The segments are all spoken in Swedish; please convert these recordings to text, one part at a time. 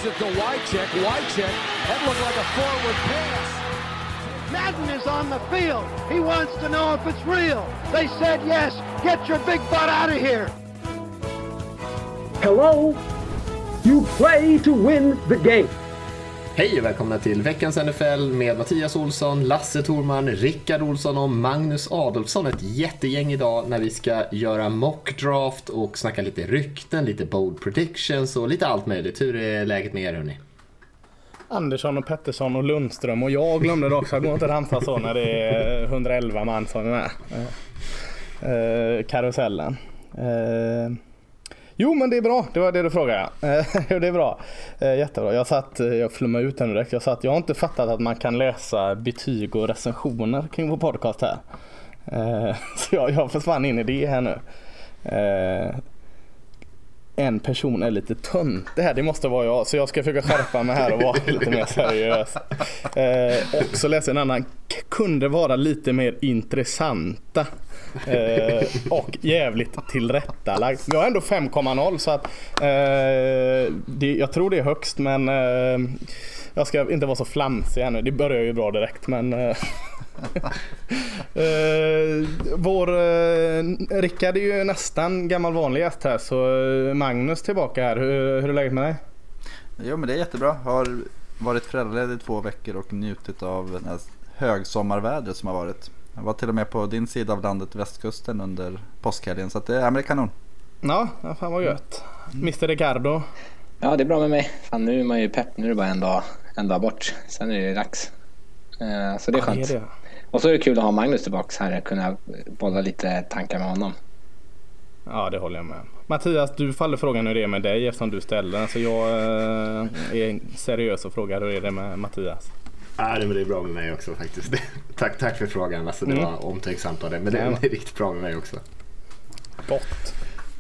Gives it to Wycheck. Wycheck, that looked like a forward pass. Madden is on the field. He wants to know if it's real. They said yes. Get your big butt out of here. Hello? You play to win the game. Hej och välkomna till veckans NFL med Mattias Olsson, Lasse Thorman, Rickard Olsson och Magnus Adolfsson. Ett jättegäng idag när vi ska göra mockdraft och snacka lite rykten, lite bold predictions och lite allt möjligt. Hur är läget med er, hörni? Andersson och Pettersson och Lundström och jag glömde det också. Jag går inte ramsa så när det är 111 man som är med. Karusellen. Jo, men det är bra. Det var det du frågade. Det är bra. Jättebra. Jag flummade ut den direkt. Jag har inte fattat att man kan läsa betyg och recensioner kring vår podcast här. Så jag försvann in i det här nu. En person är lite tönt. Det måste vara jag. Så jag ska försöka skärpa mig här och vara lite mer seriös. Och så läser en annan. Kunde vara lite mer intressanta. Och jävligt tillrättalagd. Jag har ändå 5,0 så att jag tror det är högst, men jag ska inte vara så flamsig här nu. Det börjar ju bra direkt, men vår Rickard är ju nästan gammal vanlig gäst här, så Magnus tillbaka här. Hur är läget med dig? Jo, men det är jättebra. Har varit föräldraledig i 2 veckor och njutit av den här högsommarvädret som har varit. Jag var till och med på din sida av landet, västkusten, under påskhelgen, så att det är kanon. Ja, fan vad gött. Mr. Ricardo. Ja, det är bra med mig. Fan, nu är man ju pepp. Nu är det bara en dag bort. Sen är det dags. Så det är skönt. Det är det. Och så är det kul att ha Magnus tillbaka här och kunna bolla lite tankar med honom. Ja, det håller jag med. Mattias, du faller frågan hur det är med dig eftersom du ställer den. Så jag är seriös och frågar hur är det med Mattias. Ja, det är bra med mig också faktiskt. Tack för frågan. Alltså, det var omtänksamt av det. Men det är riktigt bra med mig också. Gott.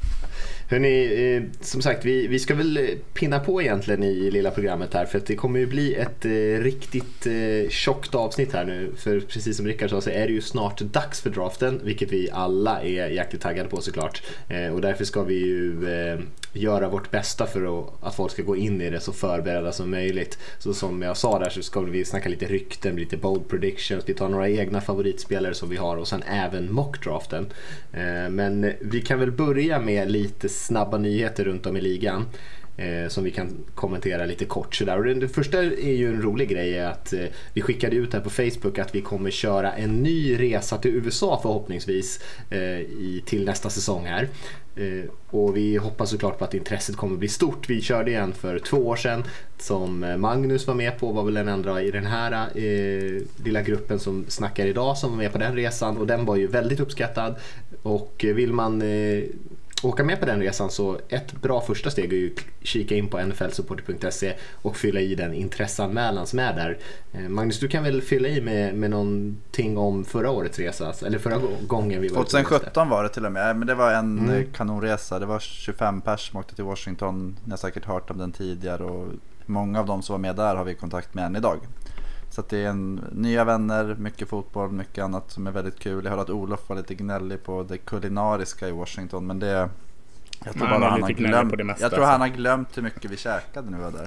Hörrni, som sagt, vi ska väl pinna på egentligen i lilla programmet här, för att det kommer ju bli ett riktigt tjockt avsnitt här nu, för precis som Rickard sa så är det ju snart dags för draften, vilket vi alla är jäkligt taggade på såklart, och därför ska vi ju göra vårt bästa för att folk ska gå in i det så förberedda som möjligt. Så som jag sa där så ska vi snacka lite rykten, lite bold predictions, vi tar några egna favoritspelare som vi har och sen även mockdraften. Men vi kan väl börja med lite snabba nyheter runt om i ligan som vi kan kommentera lite kort så där. Och det första är ju en rolig grej, att vi skickade ut här på Facebook att vi kommer köra en ny resa till USA förhoppningsvis till nästa säsong här. Och vi hoppas såklart på att intresset kommer bli stort. Vi körde igen för 2 år sedan som Magnus var med på, var väl den andra i den här lilla gruppen som snackar idag som var med på den resan, och den var ju väldigt uppskattad. Och vill man åka med på den resan så ett bra första steg är ju kika in på nflsupporter.se och fylla i den intresseanmälan som är där. Magnus, du kan väl fylla i med någonting om förra årets resa, eller förra gången vi var 2017 var det till och med, men det var en kanonresa. Det var 25 pers som åkte till Washington. Ni har säkert hört om den tidigare, och många av dem som var med där har vi kontakt med än idag. Så att det är nya vänner, mycket fotboll, mycket annat som är väldigt kul. Jag hörde att Olof var lite gnällig på det kulinariska i Washington, men det jag tror bara han har glömt hur mycket vi käkade när vi var där.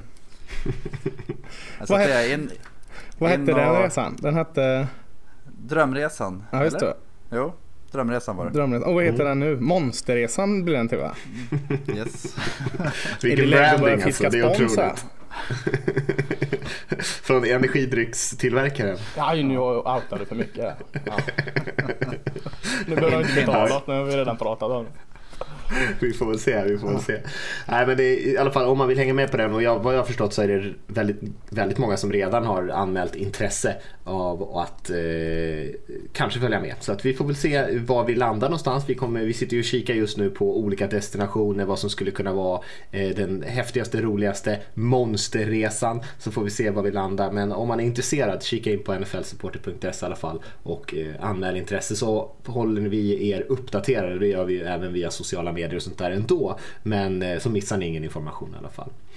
Alltså vad hette den resan? Den hette Drömresan. Ja, just det. Jo, Drömresan var det. Och vad heter den nu? Monsterresan blir den till, va? Yes. Vilken branding alltså, det är otroligt. Från energidryckstillverkaren. Ja, nu outade du för mycket. Ja. Nu behöver jag inte betala, nu har vi redan pratat om det. Vi får väl se. Nej, men det är, i alla fall om man vill hänga med på den, och vad jag har förstått så är det väldigt, väldigt många som redan har anmält intresse av att kanske följa med. Så att vi får väl se var vi landar någonstans. Vi sitter ju och kikar just nu på olika destinationer, vad som skulle kunna vara den häftigaste, roligaste monsterresan, så får vi se var vi landar. Men om man är intresserad, kika in på nflsupporter.se i alla fall och anmäl intresse, så håller vi er uppdaterade. Det gör vi även via sociala medier och sånt där ändå, men så missar ni ingen information i alla fall.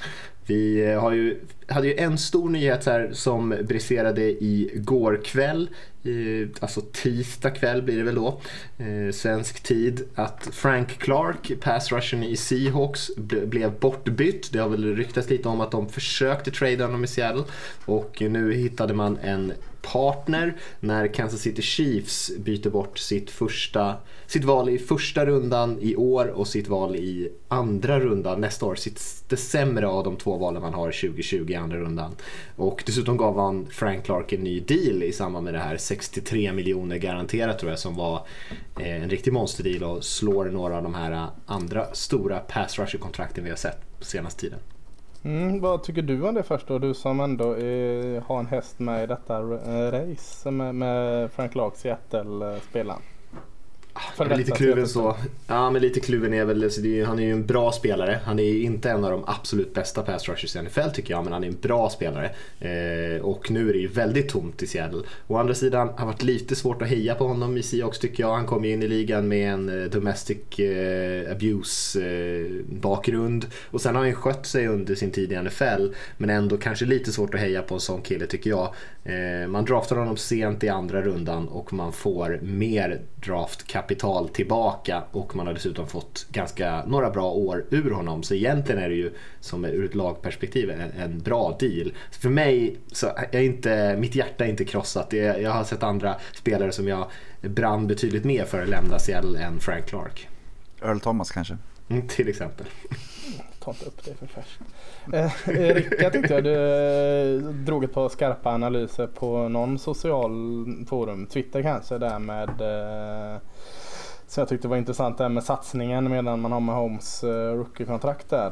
Vi hade ju en stor nyhet här som briserade i går kväll, alltså tisdag kväll blir det väl då, svensk tid, att Frank Clark, pass rushen i Seahawks, blev bortbytt. Det har väl ryktats lite om att de försökte trada honom i Seattle, och nu hittade man en partner när Kansas City Chiefs byter bort sitt val i första rundan i år och sitt val i andra rundan nästa år, det sämre av de 2 valen man har 2020 i andra rundan. Och dessutom gav han Frank Clark en ny deal i samband med det här, 63 miljoner garanterat tror jag, som var en riktig monsterdeal och slår några av de här andra stora pass rusher-kontrakten vi har sett på senaste tiden. Vad tycker du om det först då? Du som ändå har en häst med i detta race med Frank Clark, Seattle-spelaren. Lite kluven så. Ja, men lite kluven är väl, han är ju en bra spelare. Han är ju inte en av de absolut bästa pass rushers i NFL tycker jag, men han är en bra spelare. Och nu är det ju väldigt tomt i Seattle. Å andra sidan har varit lite svårt att heja på honom i Seahawks tycker jag. Han kom in i ligan med en domestic abuse bakgrund, och sen har han skött sig under sin tid i NFL, men ändå kanske lite svårt att heja på en sån kille tycker jag. Man draftar honom sent i andra rundan och man får mer draftkapital tillbaka, och man har dessutom fått några bra år ur honom, så egentligen är det ju som ur ett lagperspektiv en bra deal. Så för mig så är mitt hjärta är inte krossat. Jag har sett andra spelare som jag brann betydligt mer för att lämna Seattle än Frank Clark. Earl Thomas kanske? Till exempel. Ta inte upp det för färskt. Rickard, tyckte jag du drog ett par skarpa analyser på någon social forum, Twitter kanske, där med så jag tyckte det var intressant där med satsningen medan man har med Holmes rookie-kontrakt där.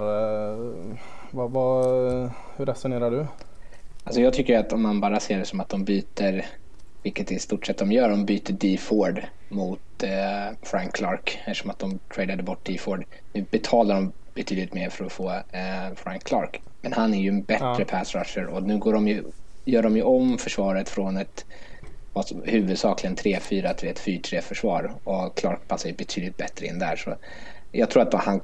Hur resonerar du? Alltså jag tycker att om man bara ser det som att de byter, vilket i stort sett de gör, de byter D. Ford mot Frank Clark, eftersom att de tradade bort D. Ford. Nu betalar de betydligt mer för att få Frank Clark, men han är ju en bättre pass rusher, och nu gör de ju om försvaret från ett huvudsakligen 3-4 till ett 4-3 försvar, och Clark passar ju betydligt bättre in där, så jag tror att han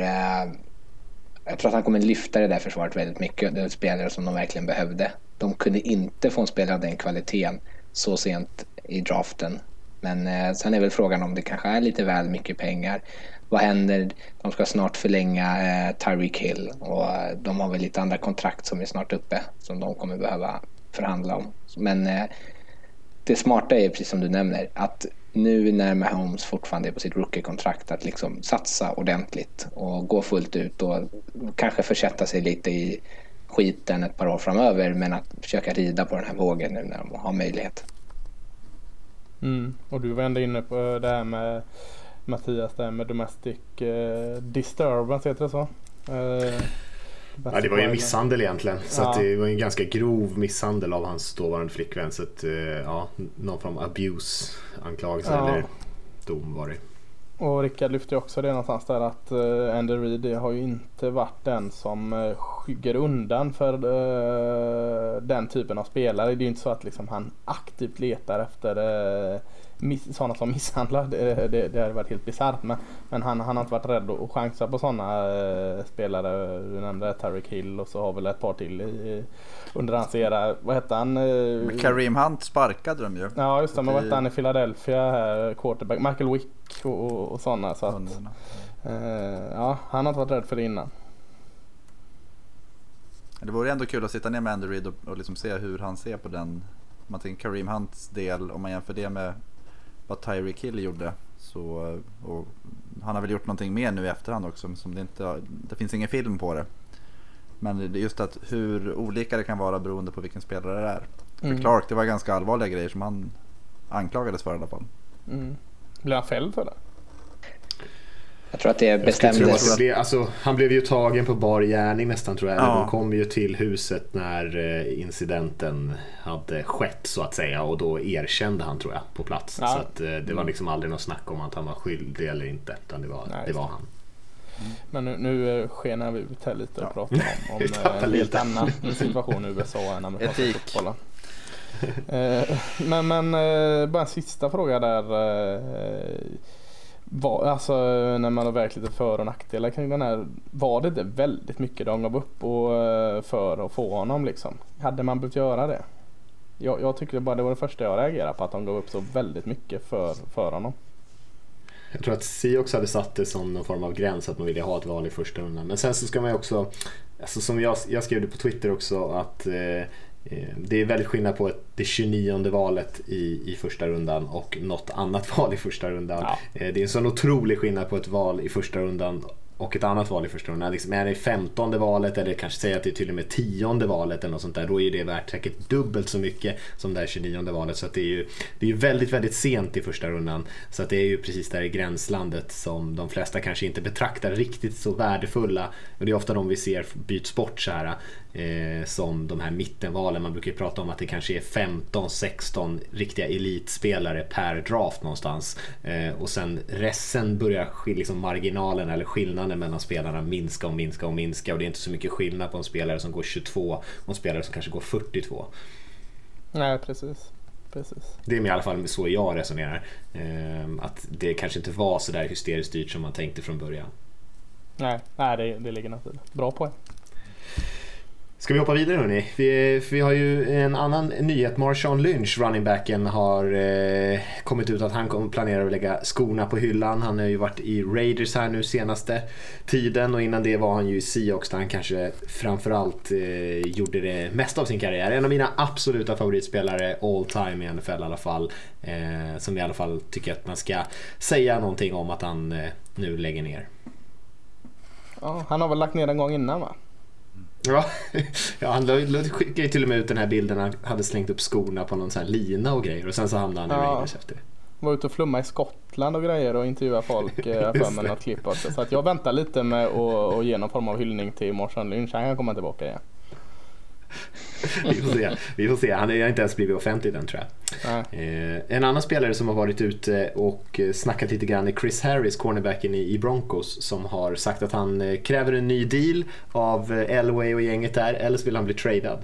kommer lyfta det där försvaret väldigt mycket. Det är spelare som de verkligen behövde. De kunde inte få en spelare av den kvaliteten så sent i draften, men sen är väl frågan om det kanske är lite väl mycket pengar. Vad händer? De ska snart förlänga Tyreek Hill, och de har väl lite andra kontrakt som är snart uppe som de kommer behöva förhandla om. Men det smarta är precis som du nämner, att nu när Mahomes fortfarande är på sitt rookie-kontrakt, att liksom satsa ordentligt och gå fullt ut och kanske försätta sig lite i skiten ett par år framöver, men att försöka rida på den här vågen nu när de har möjlighet. Och du var ändå inne på det här med Mattias, där med domestic disturbance, heter det så? Ja, det var ju en misshandel egentligen, så att det var en ganska grov misshandel av hans dåvarande flickvän, så att någon form av abuse-anklagelse eller dom var det. Och Rickard lyfte också det någonstans där, att Andy Reid har ju inte varit den som skygger undan för den typen av spelare. Det är ju inte så att liksom han aktivt letar efter sådana som misshandlar. Det har varit helt bisarrt, men han har inte varit rädd att chansa på sådana spelare. Du nämnde Tyreek Hill, och så har väl ett par till under hans era. Vad hette han? Kareem Hunt sparkade de ju. Ja just det, men vad hette han i Philadelphia här, quarterback? Michael Wick och sådana, så att han har inte varit rädd för det innan. Det vore ändå kul att sitta ner med Andy Reid och liksom se hur han ser på den. Om man tänker Kareem Hunts del, om man jämför det med vad Tyreek Hill gjorde, så, och han har väl gjort någonting mer nu i efterhand också, som det finns ingen film på det. Men det är just att hur olika det kan vara beroende på vilken spelare det är. För Clark, det var ganska allvarliga grejer som han anklagades för i alla fall. Blev han fälld för det? Jag tror att det bestämdes. Han blev ju tagen på bar gärning nästan, tror jag. Ja. De kom ju till huset när incidenten hade skett, så att säga, och då erkände han, tror jag, på plats. Så att det var liksom aldrig något snack om att han var skyldig eller inte, utan det var han. Men nu skenar vi ut här lite och pratar om en helt annan situation i USA än amerikanska fotbollen. Men bara en sista fråga där. Alltså när man har vägt lite för- och nackdelar kring den här, var det inte väldigt mycket de gav upp och för att få honom liksom? Hade man behövt göra det? Jag tycker bara det var det första jag reagerade på, att de gav upp så väldigt mycket för honom. Jag tror att Seahawks hade satt det som någon form av gräns att man ville ha ett val i första rundan. Men sen så ska man ju också, alltså som jag skrev det på Twitter också, att det är väldigt skillnad på det 29:e valet i första rundan och något annat val i första rundan. Ja. Det är en sån otrolig skillnad på ett val i första rundan och ett annat val i första rundan. Liksom, är det 15:e valet eller kanske säga att det är till och med 10:e valet eller något sånt där, då är det värt säkert dubbelt så mycket som det här 29:e valet. Så att det är ju väldigt, väldigt sent i första rundan. Så att det är ju precis där i gränslandet som de flesta kanske inte betraktar riktigt så värdefulla. Och det är ofta de vi ser byts bort så här, som de här mittenvalen. Man brukar ju prata om att det kanske är 15-16 riktiga elitspelare per draft någonstans. Och sen resten börjar liksom marginalen eller skillnaden mellan spelarna minska och minska och minska. Och det är inte så mycket skillnad på en spelare som går 22 och en spelare som kanske går 42. Nej, precis. Det är i alla fall så jag resonerar. Att det kanske inte var så där hysteriskt dyrt som man tänkte från början. Nej, det ligger naturligt. Bra poäng. Ska vi hoppa vidare hörni? Vi har ju en annan nyhet. Marshawn Lynch, runningbacken, har kommit ut att han planerar att lägga skorna på hyllan. Han har ju varit i Raiders här nu senaste tiden, och innan det var han ju i Seahawks där han kanske framförallt gjorde det mesta av sin karriär. En av mina absoluta favoritspelare all time i NFL i alla fall, som i alla fall tycker att man ska säga någonting om att han nu lägger ner. Ja, han har väl lagt ner en gång innan, va? Ja, han skickade ju till och med ut den här bilden. Han hade slängt upp skorna på någon sån här lina och grejer, och sen så hamnade han i Raiders efter det. Var ute och flumma i Skottland och grejer och intervjua folk för mig något klipp också. Så att jag väntar lite med att ge någon form av hyllning till Marshawn Lynch. Han kan komma tillbaka igen. Vi får se. Han har inte ens blivit offentlig den, tror jag. En annan spelare som har varit ute och snackat lite grann är Chris Harris, cornerbacken i Broncos, som har sagt att han kräver en ny deal av Elway och gänget där, eller så vill han bli tradad.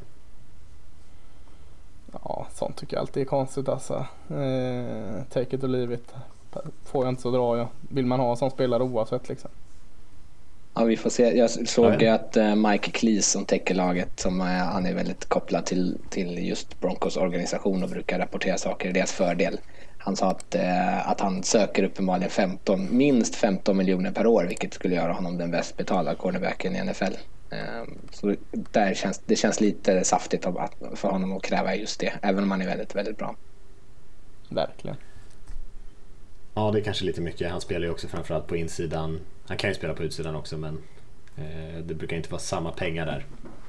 Ja, sånt tycker jag alltid är konstigt alltså. Take it or leave it. Får jag inte så drar jag. Vill man ha som spelare oavsett liksom. Ja, vi får se. Jag såg att Mike Cleese som täcker laget, som han är väldigt kopplad till just Broncos organisation och brukar rapportera saker i deras fördel. Han sa att han söker uppenbarligen minst 15 miljoner per år, vilket skulle göra honom den bäst betalda cornerbacken i NFL. Så det känns lite saftigt för honom att kräva just det, även om han är väldigt, väldigt bra. Verkligen. Ja, det är kanske lite mycket. Han spelar ju också framförallt på insidan. Han kan ju spela på utsidan också, men det brukar inte vara samma pengar där.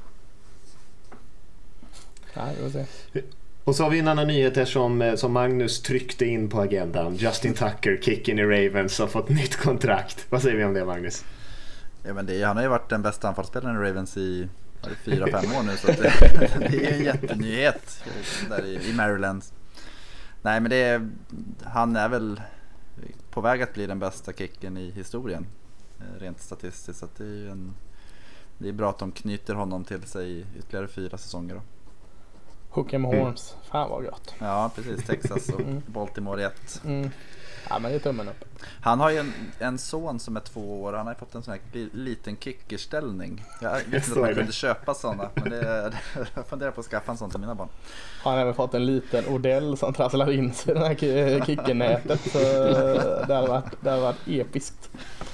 Nej, det var det. Och så har vi en annan nyhet här som Magnus tryckte in på agendan. Justin Tucker, kicken i Ravens, har fått nytt kontrakt. Vad säger vi om det, Magnus? Ja, men han har ju varit den bästa anfallsspelaren i Ravens i 4-5 år nu, så att det är en jättenyhet där i Maryland. Nej, men han är väl på väg att bli den bästa kicken i historien rent statistiskt, så att det är bra att de knyter honom till sig ytterligare 4 säsonger då. Hook 'em horns. Fan vad gott. Ja, precis. Texas och Baltimore 1. Ja, men det är tummen upp. Han har ju en son som är 2 år. Han har fått en sån här liten kickerställning. Jag vet inte om man kunde köpa sådana, men jag funderar på att skaffa en sån till mina barn. Han har även fått en liten Odell som trasslar in sig i det här kickernätet. Så det har varit episkt.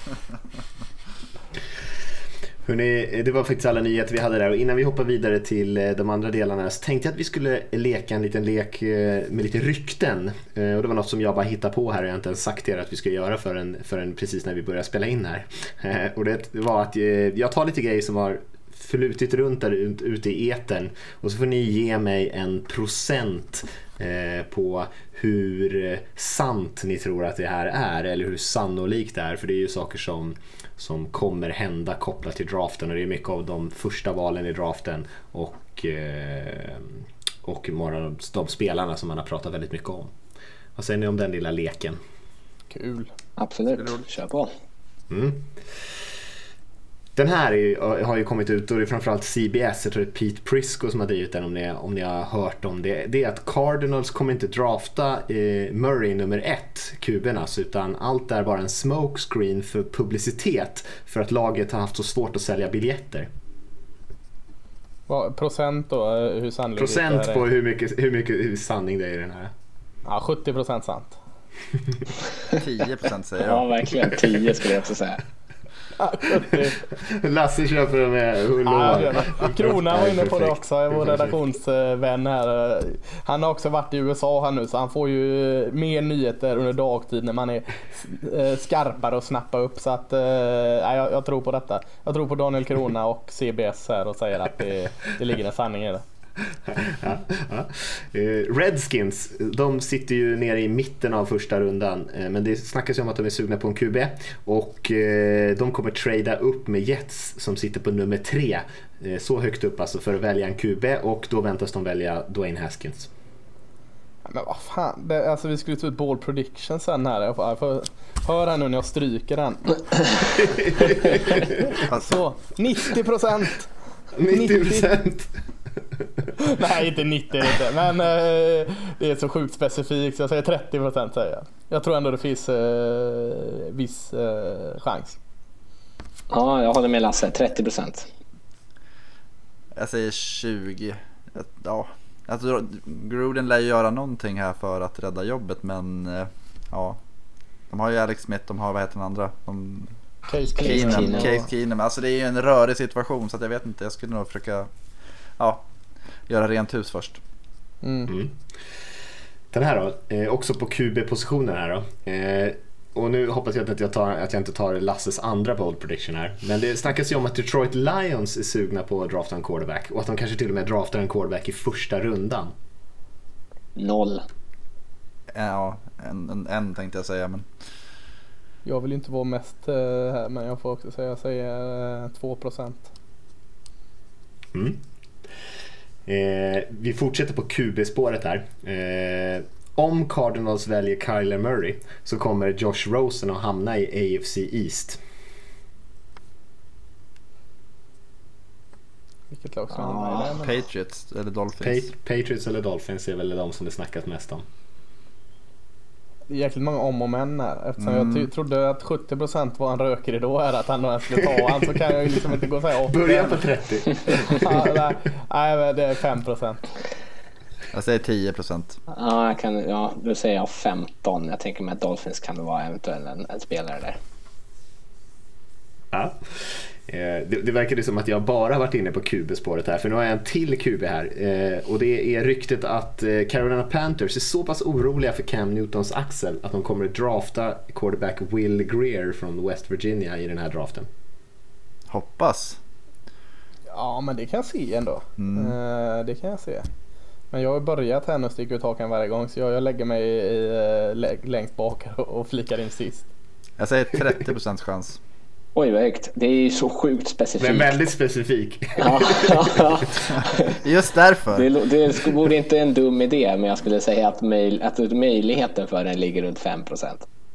Hörrni, det var faktiskt alla nyheter vi hade där, och innan vi hoppar vidare till de andra delarna så tänkte jag att vi skulle leka en liten lek med lite rykten, och det var något som jag bara hittade på här och jag inte ens sagt er att vi skulle göra förrän precis när vi började spela in här. Och det var att jag tar lite grejer som har flutit runt där ute i etern, och så får ni ge mig 1% på hur sant ni tror att det här är, eller hur sannolikt det är, för det är ju saker som kommer hända kopplat till draften, och det är mycket av de första valen i draften och många av de spelarna som man har pratat väldigt mycket om. Vad säger ni om den lilla leken? Kul. Absolut, kör på. Den här har ju kommit ut, och det är framförallt CBS, jag tror det är Pete Prisco som har drivit den, om ni har hört om det. Det är att Cardinals kommer inte drafta Murray nummer 1 QB:nas, utan allt är bara en smokescreen för publicitet för att laget har haft så svårt att sälja biljetter. Procent då? Hur sannolikt procent det är? På hur mycket sanning det är i den här. Ja, 70% sant. 10% säger jag. Ja, verkligen. 10 skulle jag också säga. Lasse köper det med Krona var inne på det också, vår redaktionsvän här. Han har också varit i USA här nu, så han får ju mer nyheter under dagtid när man är skarpare och snappa upp. Så att jag tror på detta. Jag tror på Daniel Krona och CBS här och säger att det ligger en sanning i det. Redskins, de sitter ju nere i mitten av första rundan, men det snackas ju om att de är sugna på en QB, och de kommer trada upp med Jets som sitter på nummer 3, så högt upp alltså, för att välja en QB, och då väntas de välja Dwayne Haskins. Men vad fan, alltså vi skulle ta ut ball prediction sen här. Jag får hör här nu när jag stryker den. Så 90%. 90%. Nej, inte 90 inte. Men det är så sjukt specifikt, så jag säger 30% säger jag. Jag tror ändå det finns viss chans. Ja, jag håller med Lasse, 30%. Jag säger 20. Ja, jag tror Gruden lär göra någonting här för att rädda jobbet, men ja, de har ju Alex Smith, de har, vad heter den andra? Case Keenum. Alltså det är ju en rörig situation, så att jag vet inte, jag skulle nog försöka göra rent hus först. Den här då, också på QB-positionen här då. Och nu hoppas jag att jag inte tar Lasses andra bold prediction här. Men det snackas ju om att Detroit Lions är sugna på att drafta en quarterback, och att de kanske till och med draftar en quarterback i första rundan. 0. Ja, en tänkte jag säga, men jag vill inte vara mest här, men jag får också säga, jag säger 2%. Vi fortsätter på QB-spåret här. Om Cardinals väljer Kyler Murray så kommer Josh Rosen att hamna i AFC East. Vilket lag ska han med? Patriots eller Dolphins? Patriots eller Dolphins är väl de som det snackas mest om. Det är jäkligt många om och men här. Eftersom jag trodde att 70% var en rökridå här, att han nog skulle ta han, så kan jag ju liksom inte gå och säga 80. Börja på 30. Nej, men det är 5%. Jag säger 10%. Ja, då säger jag 15. Jag tänker mig att Dolphins kan vara eventuellt en spelare där. Ja. Det verkar som att jag bara varit inne på QB-spåret här, för nu har jag en till QB här, och det är ryktet att Carolina Panthers är så pass oroliga för Cam Newtons axel att de kommer att drafta quarterback Will Greer från West Virginia i den här draften. Hoppas. Ja, men det kan jag se ändå. Det kan jag se. Men jag har börjat här nu och sticker ut hakan varje gång, så jag lägger mig längst bak och flikar in sist. Jag säger 30% chans. Oj, vad högt. Det är ju så sjukt specifikt. Men väldigt specifik. Ja. Just därför. Det vore inte en dum idé, men jag skulle säga att möjligheten för den ligger runt 5%.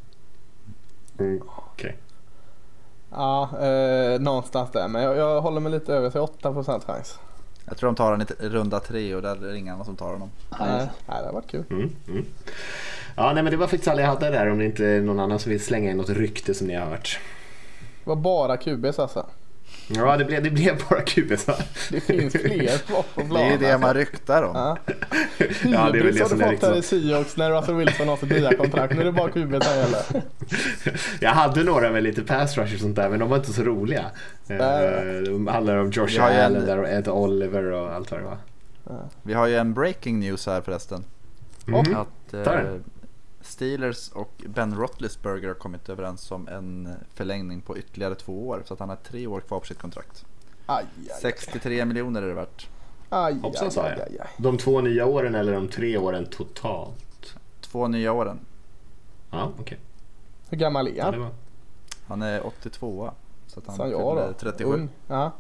Okej. Ja, någonstans där. Men jag håller mig lite över, så 8% chans. Jag tror de tar den i runda 3 och där är det ingen annan som tar honom. Nej, det har varit kul. Ja, nej, men det var faktiskt alla jag hade där, om det inte är någon annan som vill slänga in något rykte som ni har hört. Det var bara QBs alltså. Ja, det blev bara QBs. Det finns fler på bladet. Det är ju det man ryktar om. Ja. Ja, det är väl det som är fått här i Seahawks när Russell Wilson har sitt nya kontrakt. Nu är det bara QBs som gäller. Jag hade några med lite pass rush och sånt där, men de var inte så roliga. De handlar om Josh Allen och Ed Oliver och allt vad det var. Vi har ju en breaking news här förresten. Att Steelers och Ben Roethlisberger har kommit överens om en förlängning på ytterligare 2 år, så att han har 3 år kvar på sitt kontrakt. 63 miljoner är det värt. Hoppsan, sa jag. De 2 nya åren eller de 3 åren totalt? 2 nya åren. Ja, okej. Hur gammal är han? Han är 82, så att han är 37. Ja.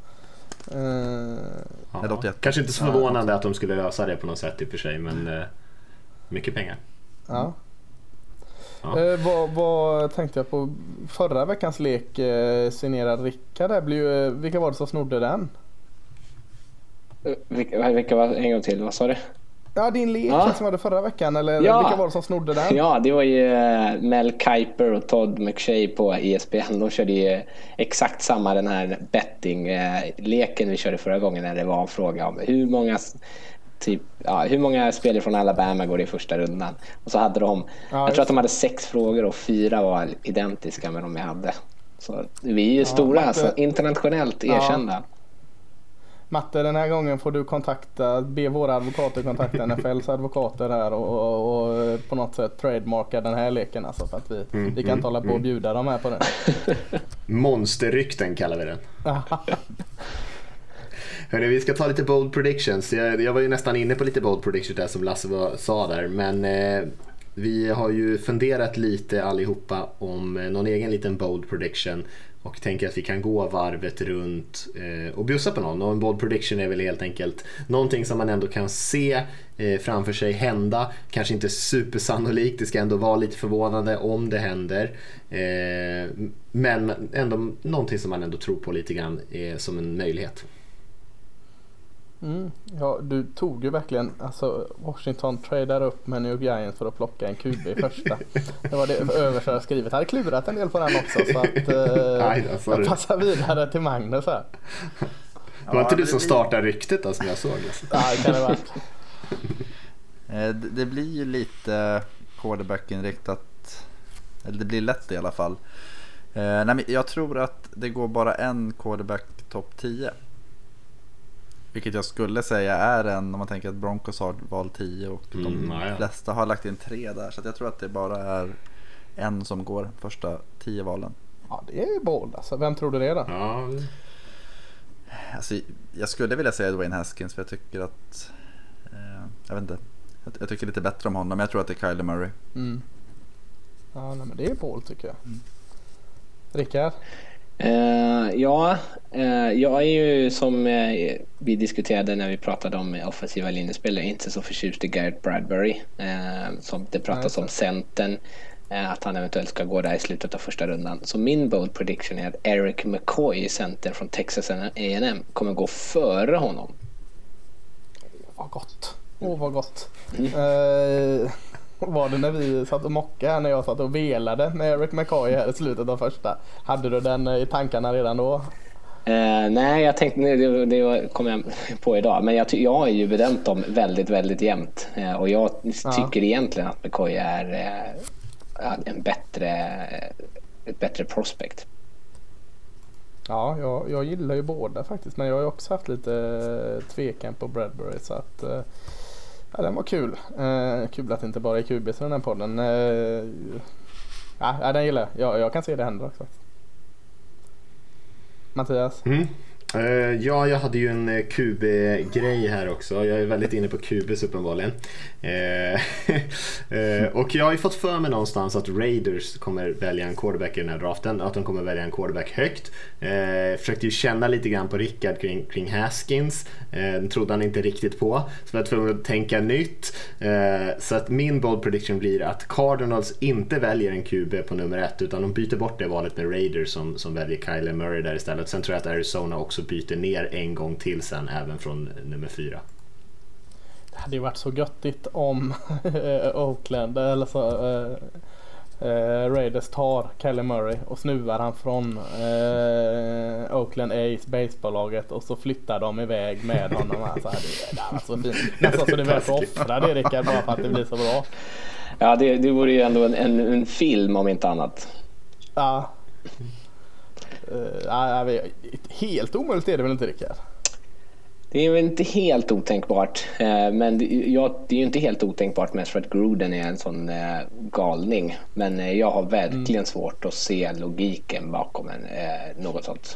Kanske inte så förvånande att de skulle lösa det på något sätt i och för sig, men mycket pengar. Ja. Vad tänkte jag på? Förra veckans lek signerad Rickard. Vilka var det som snodde den? Vilka var en gång till? Vad sa du? Ja, din lek som var det förra veckan, eller vilka var det som snodde den? Ja, det var ju Mel Kiper och Todd McShay på ESPN. De körde ju exakt samma den här betting-leken vi körde förra gången, när det var en fråga om hur många spelare från Alabama går i första rundan. Och så hade de, jag tror att de hade 6 frågor och 4 var identiska med de jag hade. Så vi är ju stora, alltså, internationellt erkända. Matte, den här gången får du be våra advokater kontakta NFLs advokater här och på något sätt trademarka den här leken, alltså, för att vi kan hålla på och bjuda dem här på den. Monsterrykten kallar vi den. Hörrni, vi ska ta lite bold predictions. Jag var ju nästan inne på lite bold predictions där som Lasse sa där, men vi har ju funderat lite allihopa om någon egen liten bold prediction och tänker att vi kan gå varvet runt och bjussa på någon. Och en bold prediction är väl helt enkelt någonting som man ändå kan se framför sig hända. Kanske inte supersannolikt, det ska ändå vara lite förvånande om det händer. Men ändå någonting som man ändå tror på lite grann som en möjlighet. Ja, du tog ju verkligen, alltså, Washington tradar upp med New York Giants för att plocka en QB i första. Det var det överkörda skrivet. Jag hade klurat en del på den också, så att jag passar vidare till Magnus här. Det var inte du som startade ryktet då, som jag såg? Alltså. Ja, det kan det vara. Det blir ju lite quarterback-inriktat, eller det blir lätt i alla fall. Nej, men jag tror att det går bara en quarterback topp 10. Vilket jag skulle säga är om man tänker att Broncos har val 10 och de flesta har lagt in 3 där. Så att jag tror att det bara är en som går första 10 valen. Ja, det är ju bold. Alltså, vem tror du det är då? Ja. Alltså, jag skulle vilja säga Dwayne Haskins, för jag tycker att jag vet inte. Jag tycker lite bättre om honom, men jag tror att det är Kyler Murray. Ja, nej, men det är bold tycker jag. Rickard? Jag är ju, som vi diskuterade när vi pratade om offensiva linjespelare, inte så förtjust i Garrett Bradbury, som det pratas om centern, att han eventuellt ska gå där i slutet av första rundan. Så min bold prediction är att Eric McCoy, center från Texas A&M, kommer gå före honom. Vad gott. Vad gott. Var det när vi satt och mockade, när jag satt och velade med Eric McCoy här i slutet av första? Hade du den i tankarna redan då? Nej, jag tänkte, det kom jag på idag. Men jag har ju bedömt dem väldigt, väldigt jämnt. Och jag tycker egentligen att McCoy är ett bättre prospect. Ja, jag gillar ju båda faktiskt. Men jag har ju också haft lite tvekan på Bradbury, så att... Ja, den var kul. Kul att det inte bara är QB i den här podden. Ja, den gillar jag. kan se det hända också. Mattias? Ja, jag hade ju en QB-grej här också. Jag är väldigt inne på QBs uppenbarligen. Och jag har ju fått för mig någonstans att Raiders kommer välja en quarterback i den här draften. Att de kommer välja en quarterback högt. Försökte ju känna lite grann på Rickard kring Haskins. Trodde han inte riktigt på. Så jag var tvungen att tänka nytt. Så att min bold prediction blir att Cardinals inte väljer en QB på nummer 1, utan de byter bort det valet med Raiders som väljer Kyler Murray där istället. Sen tror jag att Arizona också byter ner en gång till sen, även från nummer 4. Det hade ju varit så göttigt om Oakland eller så Raiders tar Kyler Murray och snuvar han från Oakland A's baseballaget och så flyttar de iväg med honom. Alltså, det är så fint. Nästan så det är värt att offra det, Rickard, bara för att det blir så bra. Ja, det vore ju ändå en film om inte annat. Ja. Helt omöjligt är det väl inte, Rickard? Det är väl inte helt otänkbart, men det är ju inte helt otänkbart mest för att Gruden är en sån galning. Men jag har verkligen svårt att se logiken bakom något sånt.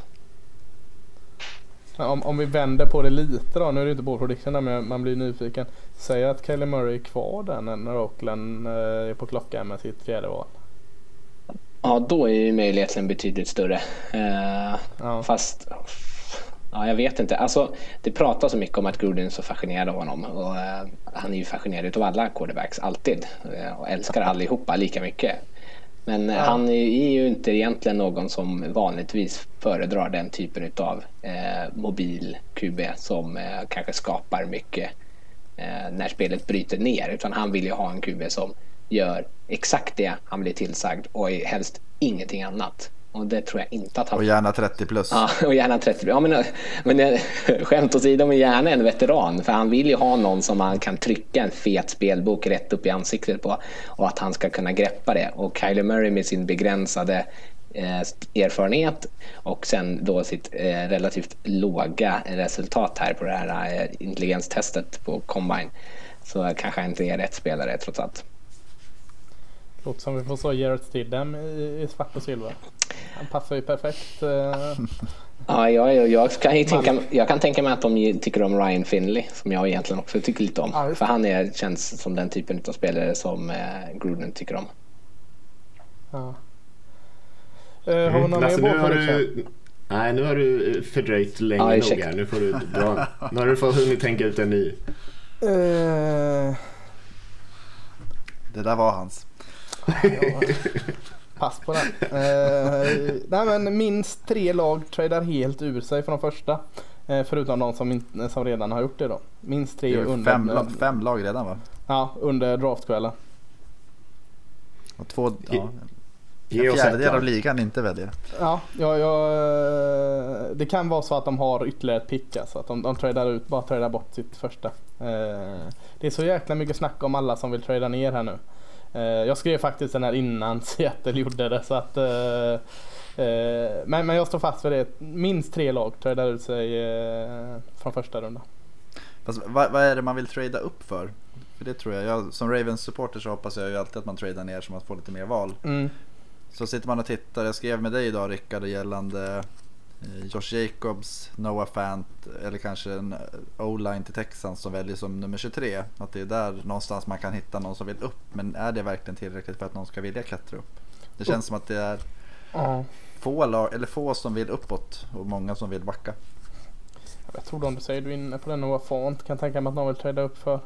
Om vi vänder på det lite då, nu är det inte på prediction men man blir nyfiken. Säg att Kyler Murray är kvar där när Oakland är på klockan med sitt 4:e val. Ja, då är ju möjligheten betydligt större. Fast... Ja, jag vet inte. Alltså, det pratas så mycket om att Gruden är så fascinerad av honom. Och han är ju fascinerad av alla quarterbacks, alltid. Och älskar allihopa lika mycket. Men han är ju inte egentligen någon som vanligtvis föredrar den typen av mobil QB som kanske skapar mycket när spelet bryter ner, utan han vill ju ha en QB som gör exakt det han blir tillsagd och helst ingenting annat. Och det tror jag inte att han... Och gärna 30 plus. Ja, och gärna 30. Ja, men skämt åsido, men gärna en veteran. För han vill ju ha någon som man kan trycka en fet spelbok rätt upp i ansiktet på. Och att han ska kunna greppa det. Och Kyler Murray med sin begränsade erfarenhet och sen då sitt relativt låga resultat här på det här intelligenstestet på Combine. Så kanske inte är rätt spelare trots allt. Låter som vi får så Jarrett Stidham i svart och silver. Han passar ju perfekt. Ja, jag kan tänka mig att de tycker om Ryan Finley, som jag egentligen också tycker lite om. Ja, för han känns som den typen av spelare som Gruden tycker om. Ja. Har vi någon mer boll? Nej, nu har du fördröjt länge nog här. Nu får du dra. Nu har du fått hunnit tänka ut en ny. Det där var hans. Pass på den. Nej, men minst 3 lag tradar helt ur sig från första. Förutom de som redan har gjort det då. Minst 3 under... 5 lag redan, va? Ja, under draftkvällen. Och 2... En fjärdedel av ligan inte väljer. Ja, det kan vara så att de har ytterligare ett pick, alltså att de tradar bort sitt första. Det är så jäkla mycket snack om alla som vill trada ner här nu. Jag skrev faktiskt den här innan Seattle gjorde det, så att men jag står fast för det. Minst 3 lag tradar ut sig från första runda. Fast, vad är det man vill trada upp för? För det tror jag som Ravens supporter så hoppas jag ju alltid att man tradar ner så man får lite mer val. Så sitter man och tittar. Jag skrev med dig idag, Rickard, gällande Josh Jacobs, Noah Fant eller kanske en O-line till Texans som väljer som nummer 23. Att det är där någonstans man kan hitta någon som vill upp. Men är det verkligen tillräckligt för att någon ska vilja klättra upp? Det känns som att det är få som vill uppåt och många som vill backa. Jag tror du säger du är inne på den Noah Fant, kan tänka mig att någon vill trada upp för.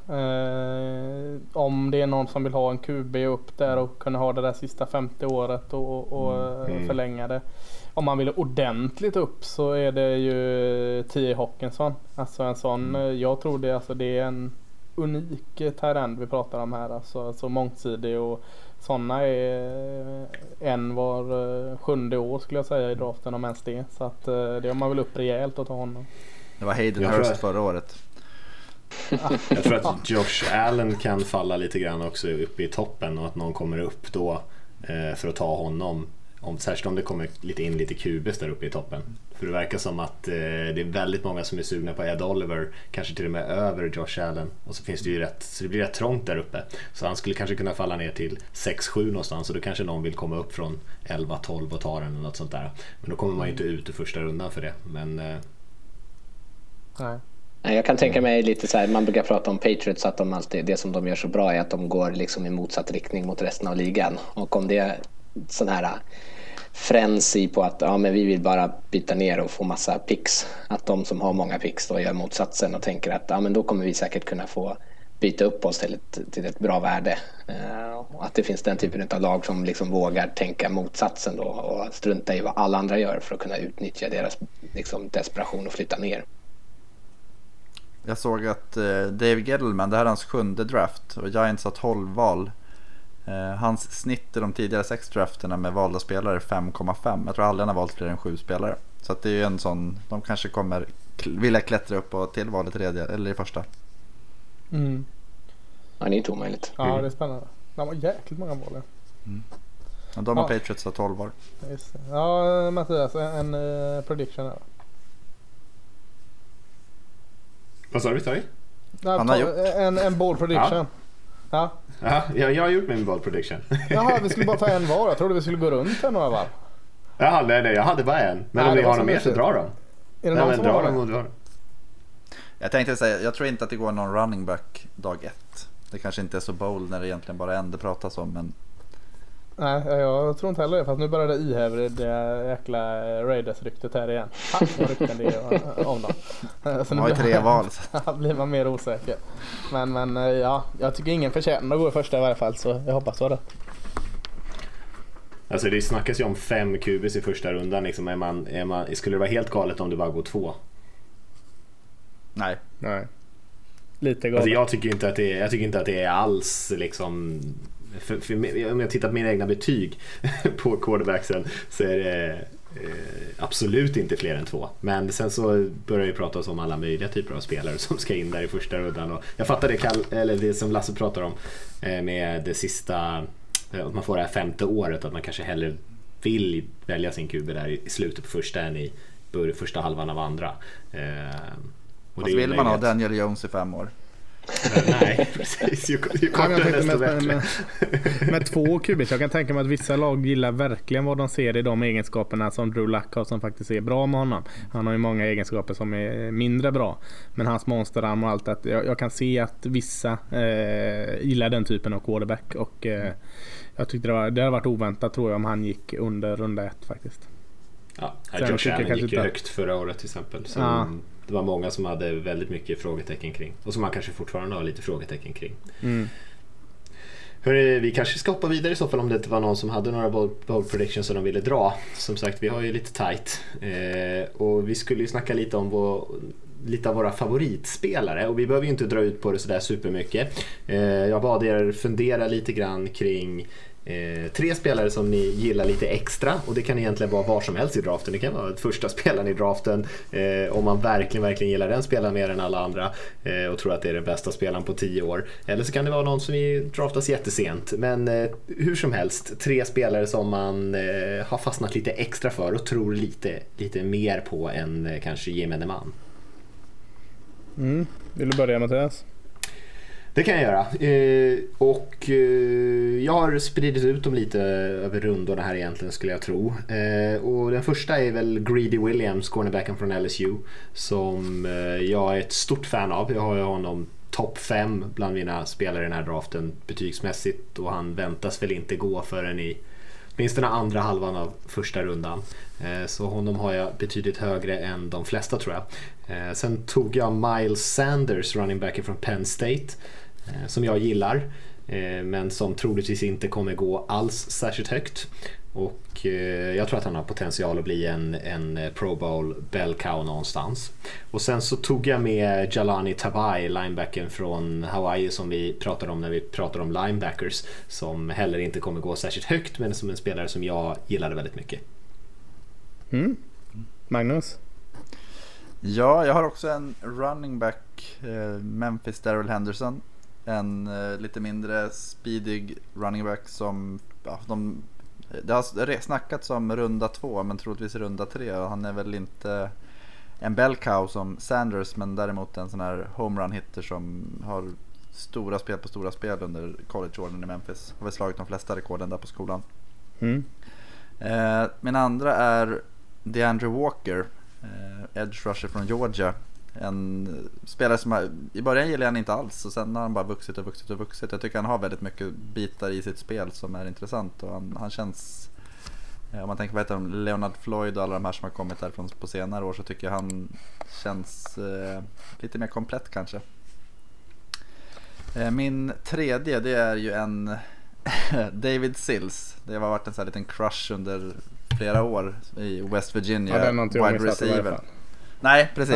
Om det är någon som vill ha en QB upp där och kunna ha det där sista 50 året och förlänga det. Om man vill ordentligt upp så är det ju T.J. Hockenson. Alltså en sån, jag tror det är en unik tight end vi pratar om här. Alltså så mångsidig, och sådana är en var 7:e år skulle jag säga i draften, om ens det. Så att det är om man vill upp rejält och ta honom. Det var Hayden Hurst förra året. Jag tror att Josh Allen kan falla lite grann också uppe i toppen, och att någon kommer upp då för att ta honom. Särskilt om det kommer lite QBs där uppe i toppen. För det verkar som att det är väldigt många som är sugna på Ed Oliver, kanske till och med över Josh Så finns det ju så det blir rätt trångt där uppe. Så han skulle kanske kunna falla ner till 6-7 någonstans, och då kanske någon vill komma upp från 11-12 och ta den eller något sånt där. Men då kommer man ju inte ut i första rundan för det. Men nej. Jag kan tänka mig lite så här, man brukar prata om Patriots, att de alltid, det som de gör så bra är att de går liksom i motsatt riktning mot resten av ligan. Och om det är sån här frenzy på att men vi vill bara byta ner och få massa picks, att de som har många picks då gör motsatsen och tänker att men då kommer vi säkert kunna få byta upp oss till ett bra värde. Och att det finns den typen av lag som liksom vågar tänka motsatsen då och strunta i vad alla andra gör för att kunna utnyttja deras liksom desperation och flytta ner. Jag såg att Dave Gettleman, det här är hans 7:e draft och Giants har 12 val. Hans snitt i de tidigare 6 drafterna med valda spelare är 5,5. Jag tror aldrig han har valt fler än 7 spelare. Så att det är ju en sån, de kanske kommer vilja klättra upp och till valet tredje eller i första. Ja, det är inte omöjligt. Ja, det är spännande. De har jäkligt många val. Ja, de har Patriots har 12 var. Ja, Mattias, en prediction här. Vad sa du, Tari? Han har gjort en ball prediction. Ja. Ja, jag har gjort min ball prediction. Jaha, vi skulle bara ta en var. Jag trodde vi skulle gå runt här några varv. Jaha, nej, jag hade bara en. Men om ni har någon mer så dra dem. Är det någon som dra dem? Jag tänkte säga, jag tror inte att det går någon running back dag 1. Det kanske inte är så bold när det egentligen bara är en det pratas om, men... Nej, jag tror inte heller det. Fast nu börjar det ihävra det jäkla Raiders-ryktet här igen. Vad rykten det är om dem. Så nu har ju 3 val. Så blir man mer osäker. Men ja, jag tycker ingen förtjänar att gå i första i varje fall. Så jag hoppas så det. Alltså det snackas ju om 5 QBs i första rundan. Liksom, skulle det vara helt galet om det bara går 2? Nej. Lite galet. Alltså jag tycker inte att det är alls liksom, för om jag tittar på mina egna betyg på quarterbacksen så är det absolut inte fler än 2. Men sen så börjar vi prata om alla möjliga typer av spelare som ska in där i första rundan. Och jag fattar det som Lasse pratar om med det sista, att man får det här 5:e året, att man kanske hellre vill välja sin QB där i slutet på första än i första halvan av andra. Och det vill man ha Daniel Jones i 5 år. Nej, precis. Med 2 QBs. Jag kan tänka mig att vissa lag gillar verkligen vad de ser i de egenskaperna som Drew Luck har, som faktiskt är bra med honom. Han har ju många egenskaper som är mindre bra, men hans monsterarm och allt, att jag kan se att vissa gillar den typen av quarterback, och jag tyckte det hade varit oväntat, tror jag, om han gick under runda 1 faktiskt. Ja, Josh Allen gick ju högt förra året till exempel. Det var många som hade väldigt mycket frågetecken kring, och som man kanske fortfarande har lite frågetecken kring. Hörrni, vi kanske ska hoppa vidare i så fall, om det inte var någon som hade några bold predictions som de ville dra. Som sagt, vi har ju lite tight, och vi skulle ju snacka lite om lite av våra favoritspelare, och vi behöver ju inte dra ut på det sådär supermycket. Jag bad er fundera lite grann kring 3 spelare som ni gillar lite extra, och det kan egentligen vara var som helst i draften. Det kan vara första spelaren i draften, om man verkligen gillar den spelaren mer än alla andra och tror att det är den bästa spelaren på 10 år. Eller så kan det vara någon som draftas jättesent. Men hur som helst, 3 spelare som man har fastnat lite extra för och tror lite mer på än kanske gemene man. Vill du börja, Mattias? Det kan jag göra. Och jag har spridit ut dem lite över rundorna här egentligen, skulle jag tro. Och den första är väl Greedy Williams, cornerbacken från LSU, som jag är ett stort fan av. Jag har honom topp 5 bland mina spelare i den här draften betygsmässigt, och han väntas väl inte gå förrän i minst den andra halvan av första rundan. Så honom har jag betydligt högre än de flesta, tror jag. Sen tog jag Miles Sanders, running backen från Penn State, som jag gillar, men som troligtvis inte kommer gå alls särskilt högt. Och jag tror att han har potential att bli en Pro Bowl bell cow någonstans. Och sen så tog jag med Jalani Tabai, linebacken från Hawaii, som vi pratade om när vi pratade om linebackers, som heller inte kommer gå särskilt högt, men som en spelare som jag gillade väldigt mycket. Magnus? Ja, jag har också en running back, Memphis Darrell Henderson, en lite mindre speedig running back som det har snackats om runda 2, men troligtvis runda 3. Han är väl inte en bell cow som Sanders, men däremot en sån här homerun hitter som har stora spel under collegeåren i Memphis. Har väl slagit de flesta rekorden där på skolan. Min andra är DeAndre Walker, edge rusher från Georgia. En spelare som i början gillade han inte alls, och sen har han bara vuxit. Jag tycker han har väldigt mycket bitar i sitt spel som är intressant, och han känns, om man tänker på Leonard Floyd och alla de här som har kommit där på senare år, så tycker jag han känns lite mer komplett kanske. Min tredje, det är ju en David Sills. Det har varit en sån här liten crush under flera år i West Virginia, wide receiver. Nej, precis.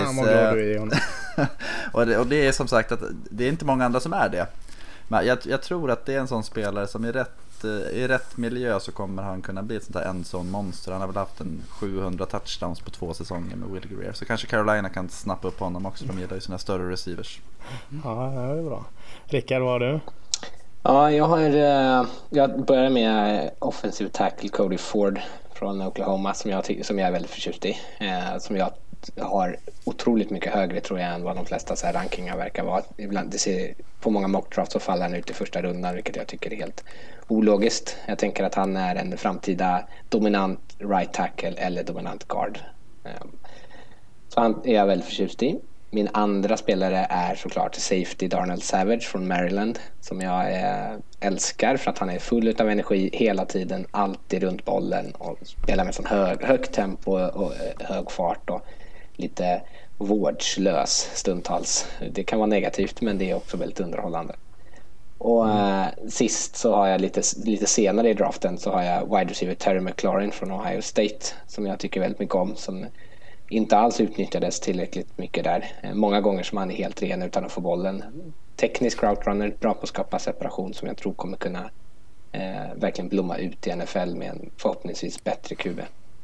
Och det är som sagt att det är inte många andra som är det. Men jag tror att det är en sån spelare som i rätt miljö så kommer han kunna bli ett sånt här endzone monster. Han har väl haft 700 touchdowns på 2 säsonger med Will Greer. Så kanske Carolina kan snappa upp honom också. De gillar ju sina större receivers. Ja, det är bra. Rickard, vad har du? Ja, jag börjar med offensive tackle Cody Ford från Oklahoma, som jag är väldigt förtjust i. Som jag har otroligt mycket högre, tror jag, än vad de flesta så här rankingar verkar vara. Ibland, på många mockdrafts så faller han ut i första rundan, vilket jag tycker är helt ologiskt. Jag tänker att han är en framtida dominant right tackle eller dominant guard. Så han är jag väldigt förtjust i. Min andra spelare är såklart safety Darnell Savage från Maryland, som jag älskar för att han är full av energi hela tiden, alltid runt bollen och spelar med sån högt tempo och hög fart och lite vårdslös stundtals. Det kan vara negativt, men det är också väldigt underhållande. Och sist så har jag lite senare i draften så har jag wide receiver Terry McLaurin från Ohio State, som jag tycker väldigt mycket om, som inte alls utnyttjades tillräckligt mycket där. Många gånger som han är helt ren utan att få bollen. Teknisk route runner, bra på att skapa separation som jag tror kommer kunna verkligen blomma ut i NFL med en förhoppningsvis bättre QB.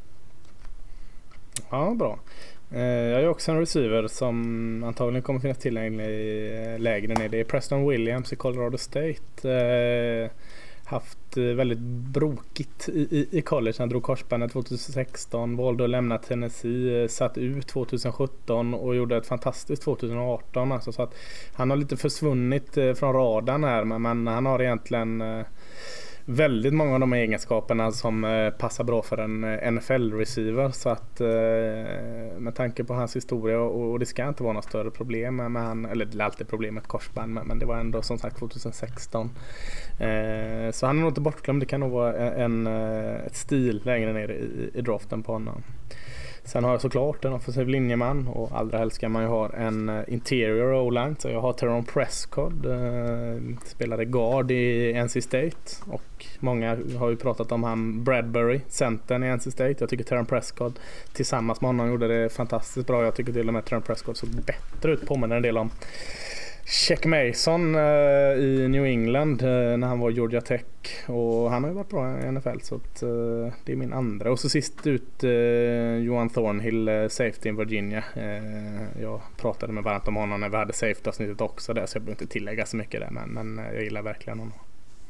Ja, bra. Jag är också en receiver som antagligen kommer finnas tillgänglig lägre ner. Det är Preston Williams i Colorado State. Haft väldigt brokigt i college. Han drog korsbandet 2016, valde att lämna Tennessee, satt ut 2017 och gjorde ett fantastiskt 2018. Alltså, så att han har lite försvunnit från radarn här, men han har egentligen väldigt många av de egenskaperna som passar bra för en NFL-receiver. Så att med tanke på hans historia, och det ska inte vara något större problem med han, eller det är alltid problem med ett korsband, men det var ändå som sagt 2016. Så han är nog inte bortglömd. Det kan nog vara ett stil längre ner i draften på honom. Sen har jag såklart en offensiv linjeman, och allra helst ska man ju ha en interior O-line. Så jag har Teron Prescott, spelade guard i NC State, och många har ju pratat om han Bradbury, centern i NC State. Jag tycker Teron Prescott tillsammans med honom gjorde det fantastiskt bra. Jag tycker till och med Teron Prescott såg bättre ut, påminner en del om Check Mason i New England när han var Georgia Tech, och han har ju varit bra i NFL, så att, det är min andra. Och så sist ut Johan Thornhill, safety in Virginia. Jag pratade med varmt om honom när vi hade safety-avsnittet också där, så jag behöver inte tillägga så mycket där, men jag gillar verkligen honom.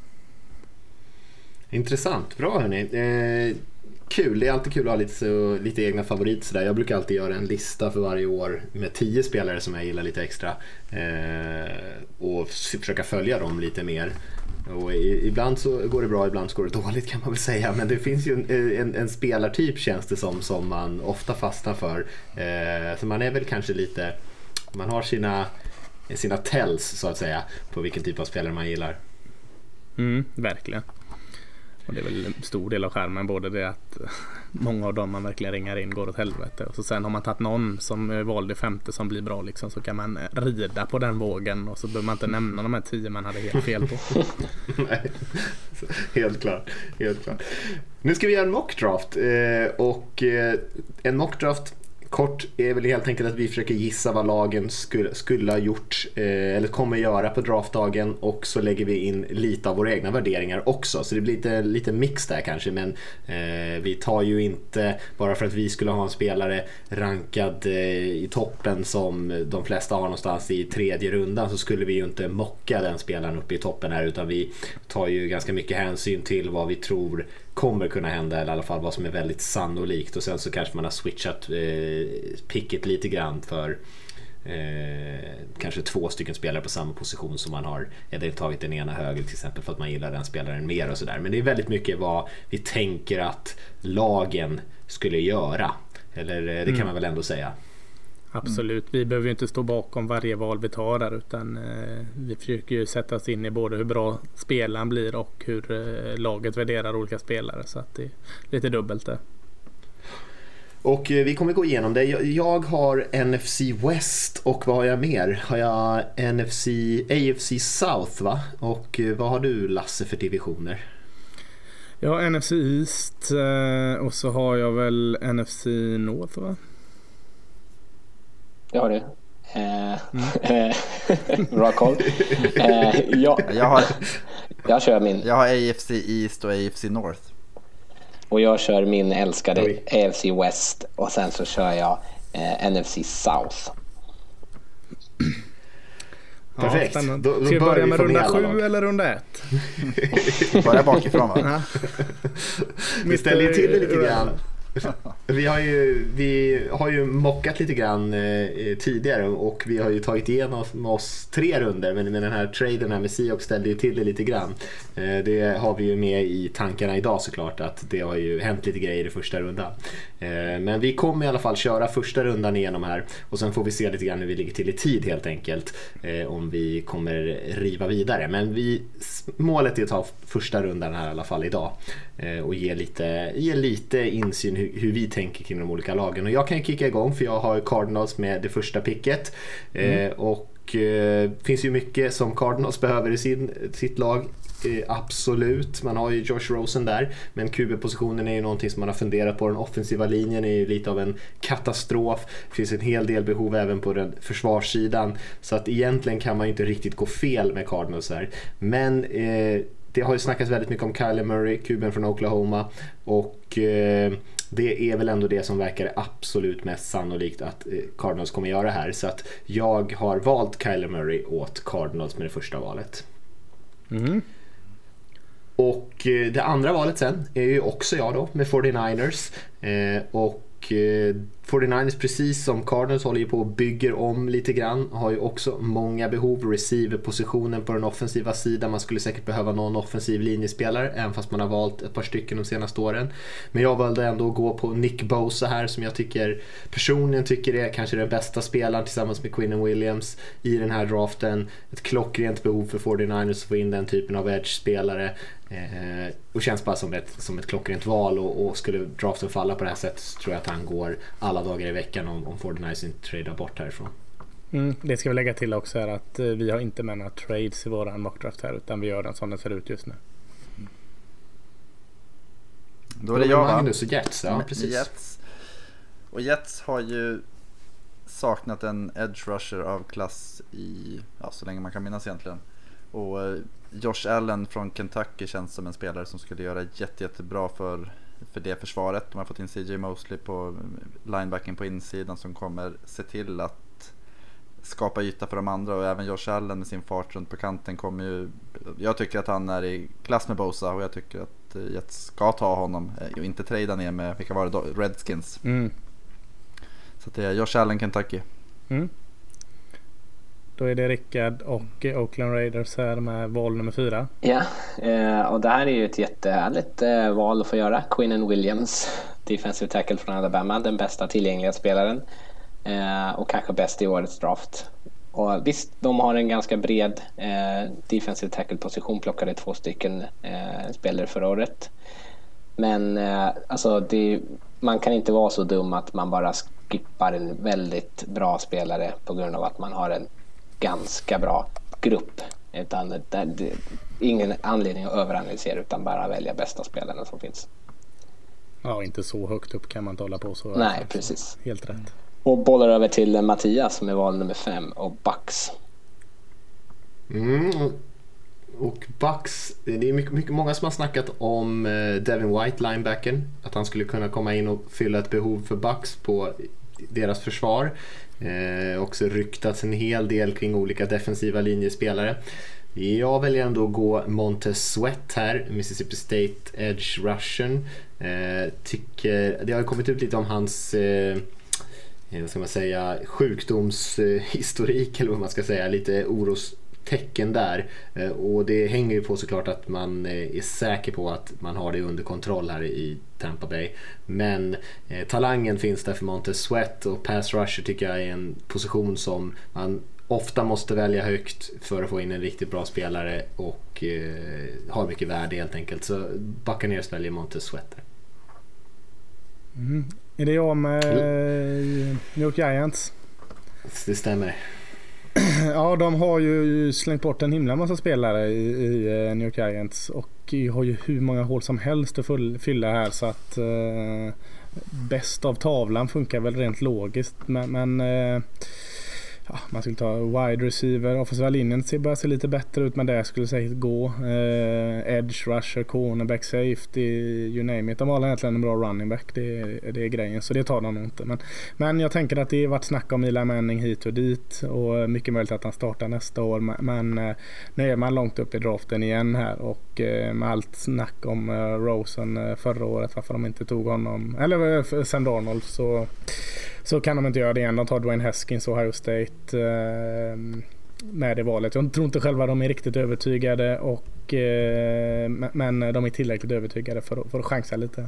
Intressant, bra hörni. Kul, det är alltid kul att ha lite egna favoriter sådär. Jag brukar alltid göra en lista för varje år med 10 spelare som jag gillar lite extra, och försöka följa dem lite mer. Och ibland så går det bra, ibland så går det dåligt kan man väl säga, men det finns ju en spelartyp, känns det som man ofta fastnar för. Så man är väl kanske lite, man har sina tells så att säga på vilken typ av spelare man gillar. Verkligen. Och det är väl en stor del av skärmen, både det att många av dem man verkligen ringar in går åt helvete, och så sen har man tagit någon som valde 5:e som blir bra liksom, så kan man rida på den vågen, och så behöver man inte nämna de här 10 man hade helt fel på. Nej, helt klart. Nu ska vi göra en mockdraft, och en mockdraft kort är väl helt enkelt att vi försöker gissa vad lagen skulle ha gjort eller kommer göra på draftdagen, och så lägger vi in lite av våra egna värderingar också, så det blir lite mix där kanske, men vi tar ju inte, bara för att vi skulle ha en spelare rankad i toppen som de flesta har någonstans i 3:e rundan, så skulle vi ju inte mocka den spelaren uppe i toppen här, utan vi tar ju ganska mycket hänsyn till vad vi tror kommer kunna hända, eller i alla fall vad som är väldigt sannolikt, och sen så kanske man har switchat picket lite grann för kanske 2 stycken spelare på samma position som man har tagit den ena höger till exempel för att man gillar den spelaren mer och sådär. Men det är väldigt mycket vad vi tänker att lagen skulle göra, eller det kan man väl ändå säga. Absolut, vi behöver ju inte stå bakom varje val vi tar där, utan vi försöker ju sätta oss in i både hur bra spelaren blir och hur laget värderar olika spelare, så att det är lite dubbelt det. Och vi kommer gå igenom det. Jag har NFC West, och vad har jag mer? Har jag AFC South, va? Och vad har du, Lasse, för divisioner? Jag har NFC East, och så har jag väl NFC North, va? Det har du. Bra koll. Jag kör min. Jag har AFC East och AFC North. Och jag kör min älskade AFC West, och sen så kör jag NFC South. Perfekt. Ja, då ska vi börja med runda 7 eller runda 1? Börja bakifrån, va? Vi ställer ju till det lite grann. Vi har ju mockat lite grann tidigare, och vi har ju tagit igenom oss 3 runder, men med den här traden här med Seahawks ställde ju till det lite grann. Det har vi ju med i tankarna idag såklart, att det har ju hänt lite grejer i första rundan. Men vi kommer i alla fall köra första rundan igenom här, och sen får vi se lite grann hur vi ligger till i tid helt enkelt, om vi kommer riva vidare. Men målet är att ta första rundan här i alla fall idag, och ge lite insyn hur vi tänker kring de olika lagen. Och jag kan kicka igång, för jag har Cardinals med det första picket, och finns ju mycket som Cardinals behöver i sitt lag. absolut. Man har ju Josh Rosen där, men QB-positionen är ju någonting som man har funderat på. Den offensiva linjen är ju lite av en katastrof. Det finns en hel del behov även på den försvarssidan, så att egentligen kan man ju inte riktigt gå fel med Cardinals här. Men det har ju snackats väldigt mycket om Kyler Murray, QB:n från Oklahoma, och det är väl ändå det som verkar absolut mest sannolikt att Cardinals kommer göra här. Så att jag har valt Kyler Murray åt Cardinals med det första valet. Och det andra valet sen är ju också jag då med 49ers. Och 49ers, precis som Cardinals, håller ju på och bygger om lite grann. Har ju också många behov. Receiver-positionen på den offensiva sidan. Man skulle säkert behöva någon offensiv linjespelare, även fast man har valt ett par stycken de senaste åren. Men jag valde ändå att gå på Nick Bosa här, som jag personligen tycker är kanske den bästa spelaren tillsammans med Quinnen Williams i den här draften. Ett klockrent behov för 49ers att få in den typen av edge-spelare. Och känns bara som ett klockrent val, och skulle draften falla på det här sättet så tror jag att han går alla dagar i veckan om 49ers inte tradar bort härifrån. Det ska vi lägga till också, är att vi har inte med några trades i våran mockdraft här, utan vi gör den som den ser ut just nu. Då är det jag, Magnus och Jets, ja, precis. Jets. Och Jets har ju saknat en edge rusher av klass i så länge man kan minnas egentligen. Och Josh Allen från Kentucky känns som en spelare som skulle göra jättebra för det försvaret. De har fått in CJ Mosley på linebacken på insidan som kommer se till att skapa yta för de andra, och även Josh Allen med sin fart runt på kanten kommer ju, jag tycker att han är i klass med Bosa, och jag tycker att jag ska ta honom och inte trada ner med, vilka var det då? Redskins. Så det är Josh Allen, Kentucky. Då är det Rickard och Oakland Raiders här med val nummer 4. Ja, och det här är ju ett jättehärligt val att få göra. Quinnen Williams, defensive tackle från Alabama, den bästa tillgängliga spelaren, och kanske bäst i årets draft. Och visst, de har en ganska bred defensive tackle-position, plockade 2 stycken spelare förra året. Men alltså man kan inte vara så dum att man bara skippar en väldigt bra spelare på grund av att man har en ganska bra grupp, utan det är ingen anledning att överanalysera, utan bara välja bästa spelarna som finns. Ja, inte så högt upp kan man inte hålla på så. Nej, precis. Helt rätt. Och bollar över till Mattias som är val nummer 5 och Bucks. Och Bucks, det är många som har snackat om Devin White, linebacken, att han skulle kunna komma in och fylla ett behov för Bucks på deras försvar. Också ryktats en hel del kring olika defensiva linjespelare. Jag väljer ändå att gå Montez Sweat här, Mississippi State edge rushern. Tycker det har kommit ut lite om hans vad ska man säga, sjukdomshistorik, eller vad man ska säga, lite orostecken där, och det hänger ju på såklart att man är säker på att man har det under kontroll här i Tampa Bay, men talangen finns där för Montez Sweat, och pass rusher tycker jag är en position som man ofta måste välja högt för att få in en riktigt bra spelare, och har mycket värde helt enkelt, så Buccaneers väljer Montez Sweat där. Är det jag med New York Giants? Det stämmer. Ja, de har ju slängt bort en himla massa spelare i New York Giants, och har ju hur många hål som helst att fylla här, så att bäst av tavlan funkar väl rent logiskt, men man skulle ta wide receiver, offensiva linjen börjar se lite bättre ut, men det skulle säkert gå. Edge rusher, cornerback, safety, you name it. De har egentligen en bra running back, det är grejen, så det tar de nog inte. Men jag tänker att det har varit snack om Eli Manning hit och dit, och mycket möjligt att han startar nästa år, men nu är man långt upp i draften igen här, och med allt snack om Rosen förra året, varför de inte tog honom, eller Sam Darnold, så kan de inte göra det igen. De tar Dwayne Haskins och Ohio State med det valet. Jag tror inte själva de är riktigt övertygade, men de är tillräckligt övertygade för att chansa lite.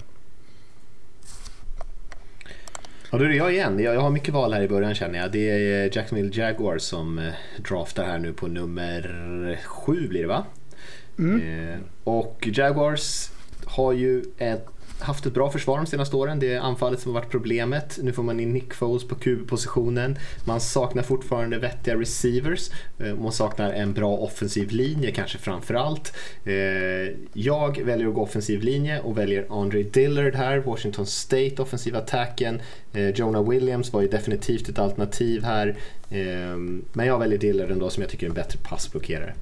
Ja, då är det jag igen. Jag har mycket val här i början, känner jag. Det är Jacksonville Jaguars som draftar här nu på nummer 7 blir det, va? Och Jaguars har ju ett haft ett bra försvar de senaste åren. Det är anfallet som har varit problemet. Nu får man in Nick Foles på QB-positionen. Man saknar fortfarande vettiga receivers. Man saknar en bra offensiv linje kanske framförallt. Jag väljer att gå offensiv linje och väljer Andre Dillard här, Washington State offensiva attacken. Jonah Williams var ju definitivt ett alternativ här. Men jag väljer Dillard ändå, som jag tycker är en bättre passblockerare.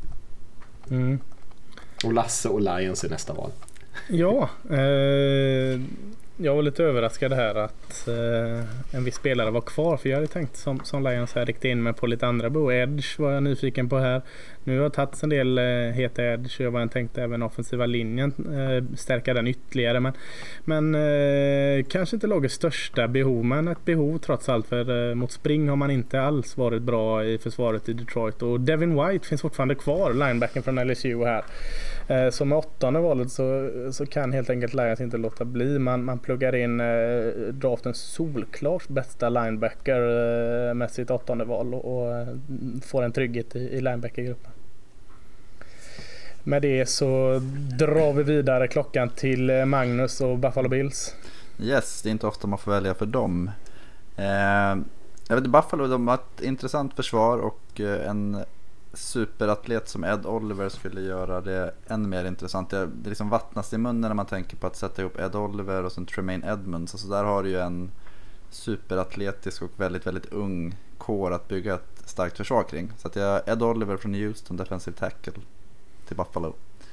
Och Lasse och Lions är nästa val. Ja, jag var lite överraskad här att en viss spelare var kvar, för jag hade tänkt som Lions här rikta in mig på lite andra bo. Edge var jag nyfiken på här. Nu har jag tagit en del heta Edge, jag var tänkt även offensiva linjen stärka den ytterligare, men kanske inte lagets största behov, men ett behov trots allt, för mot spring har man inte alls varit bra i försvaret i Detroit, och Devin White finns fortfarande kvar, linebacken från LSU här. Så med 8:e valet så kan helt enkelt Lions inte låta bli. Man pluggar in draftens solklart bästa linebacker med sitt 8:e val och får en trygghet i linebackergruppen. Med det så drar vi vidare klockan till Magnus och Buffalo Bills. Yes, det är inte ofta man får välja för dem. Jag vet, Buffalo, de har ett intressant försvar och en superatlet som Ed Oliver skulle göra det än mer intressant. Det liksom vattnas i munnen när man tänker på att sätta ihop Ed Oliver och sen Tremaine Edmonds. Alltså där har du ju en superatletisk och väldigt, väldigt ung core att bygga ett starkt försvar kring. Så att Ed Oliver från Houston, defensive tackle till Buffalo.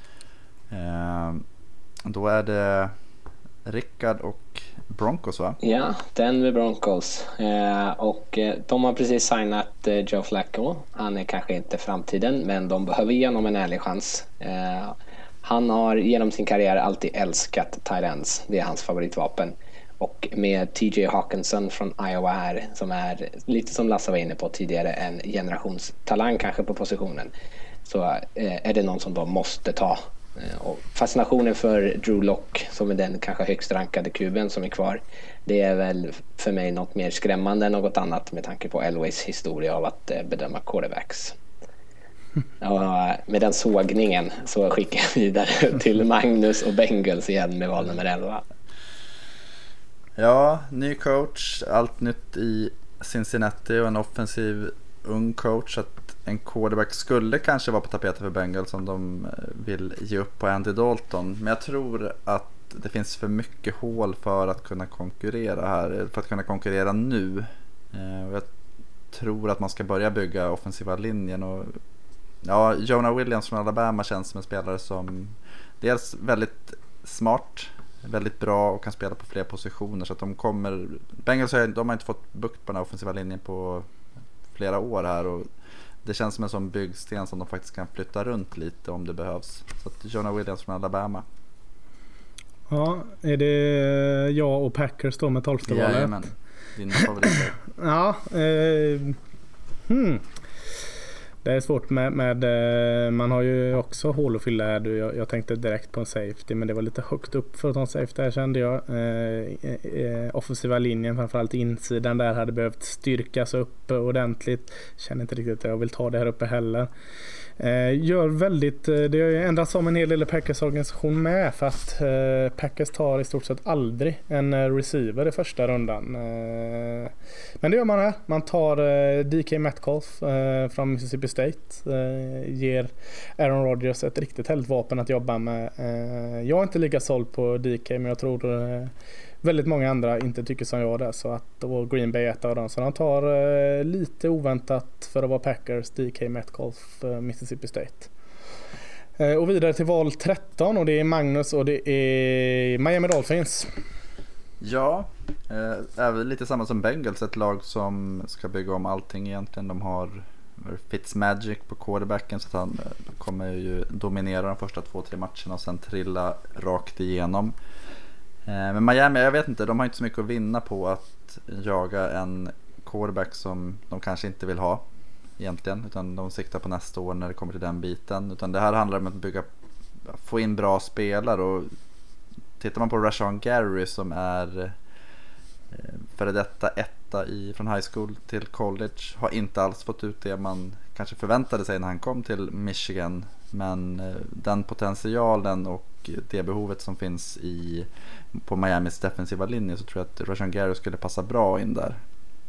Då är det Rickard och Broncos, va? Ja, Denver Broncos. Och de har precis signat Joe Flacco. Han är kanske inte framtiden, men de behöver ge honom en ärlig chans. Han har genom sin karriär alltid älskat tight ends. Det är hans favoritvapen. Och med TJ Hawkinson från Iowa här, som är lite som Lasse var inne på tidigare, en generationstalang kanske på positionen, så är det någon som de måste ta. Och fascinationen för Drew Lock, som är den kanske högst rankade kuben som är kvar, det är väl för mig något mer skrämmande än något annat, med tanke på Elways historia av att bedöma quarterbacks. Och med den sågningen så skickar jag vidare till Magnus och Bengals igen med val nummer 11. Ja, ny coach, allt nytt i Cincinnati och en offensiv ung coach. Så att en quarterback skulle kanske vara på tapeten för Bengals om de vill ge upp på Andy Dalton. Men jag tror att det finns för mycket hål för att kunna konkurrera här, för att kunna konkurrera nu. Och jag tror att man ska börja bygga offensiva linjen. Och ja, Jonah Williams från Alabama känns som en spelare som dels väldigt smart, väldigt bra och kan spela på fler positioner. Så att Bengals de har inte fått bukt på den offensiva linjen på flera år här, och det känns som en sån byggsten som de faktiskt kan flytta runt lite om det behövs. Så att Jonah Williams från Alabama. Ja, är det jag och Packers då med 12:e valet? Jajamän, dina favoriter. Ja, det är svårt med man har ju också hål att fylla här. Jag tänkte direkt på en safety, men det var lite högt upp för att ta en safety här, kände jag. Offensiva linjen, framförallt insidan där, hade behövt styrkas upp ordentligt. Känner inte riktigt att jag vill ta det här uppe heller. Gör väldigt, det är ändrat som en hel del Packers organisation med, för att Packers tar i stort sett aldrig en receiver i första rundan. Men det gör man här. Man tar DK Metcalf från Mississippi State, ger Aaron Rodgers ett riktigt heltvapen att jobba med. Jag är inte lika såld på DK, men jag tror väldigt många andra inte tycker som jag där, så att då Green Bay är ett av dem. Så han tar lite oväntat för att vara Packers, DK Metcalf, Mississippi State. Och vidare till val 13, och det är Magnus och det är Miami Dolphins. Ja, även lite samma som Bengals, ett lag som ska bygga om allting egentligen. De har Fitzmagic på quarterbacken, så att han kommer ju dominera de första 2-3 matcherna och sen trilla rakt igenom. Men Miami, jag vet inte, de har inte så mycket att vinna på att jaga en quarterback som de kanske inte vill ha egentligen, utan de siktar på nästa år när det kommer till den biten. Utan det här handlar om att få in bra spelare, och tittar man på Rashawn Gary som är före detta etta från high school till college, har inte alls fått ut det man kanske förväntade sig när han kom till Michigan. Men den potentialen och det behovet som finns på Miamis defensiva linje, så tror jag att Rashan Gary skulle passa bra in där.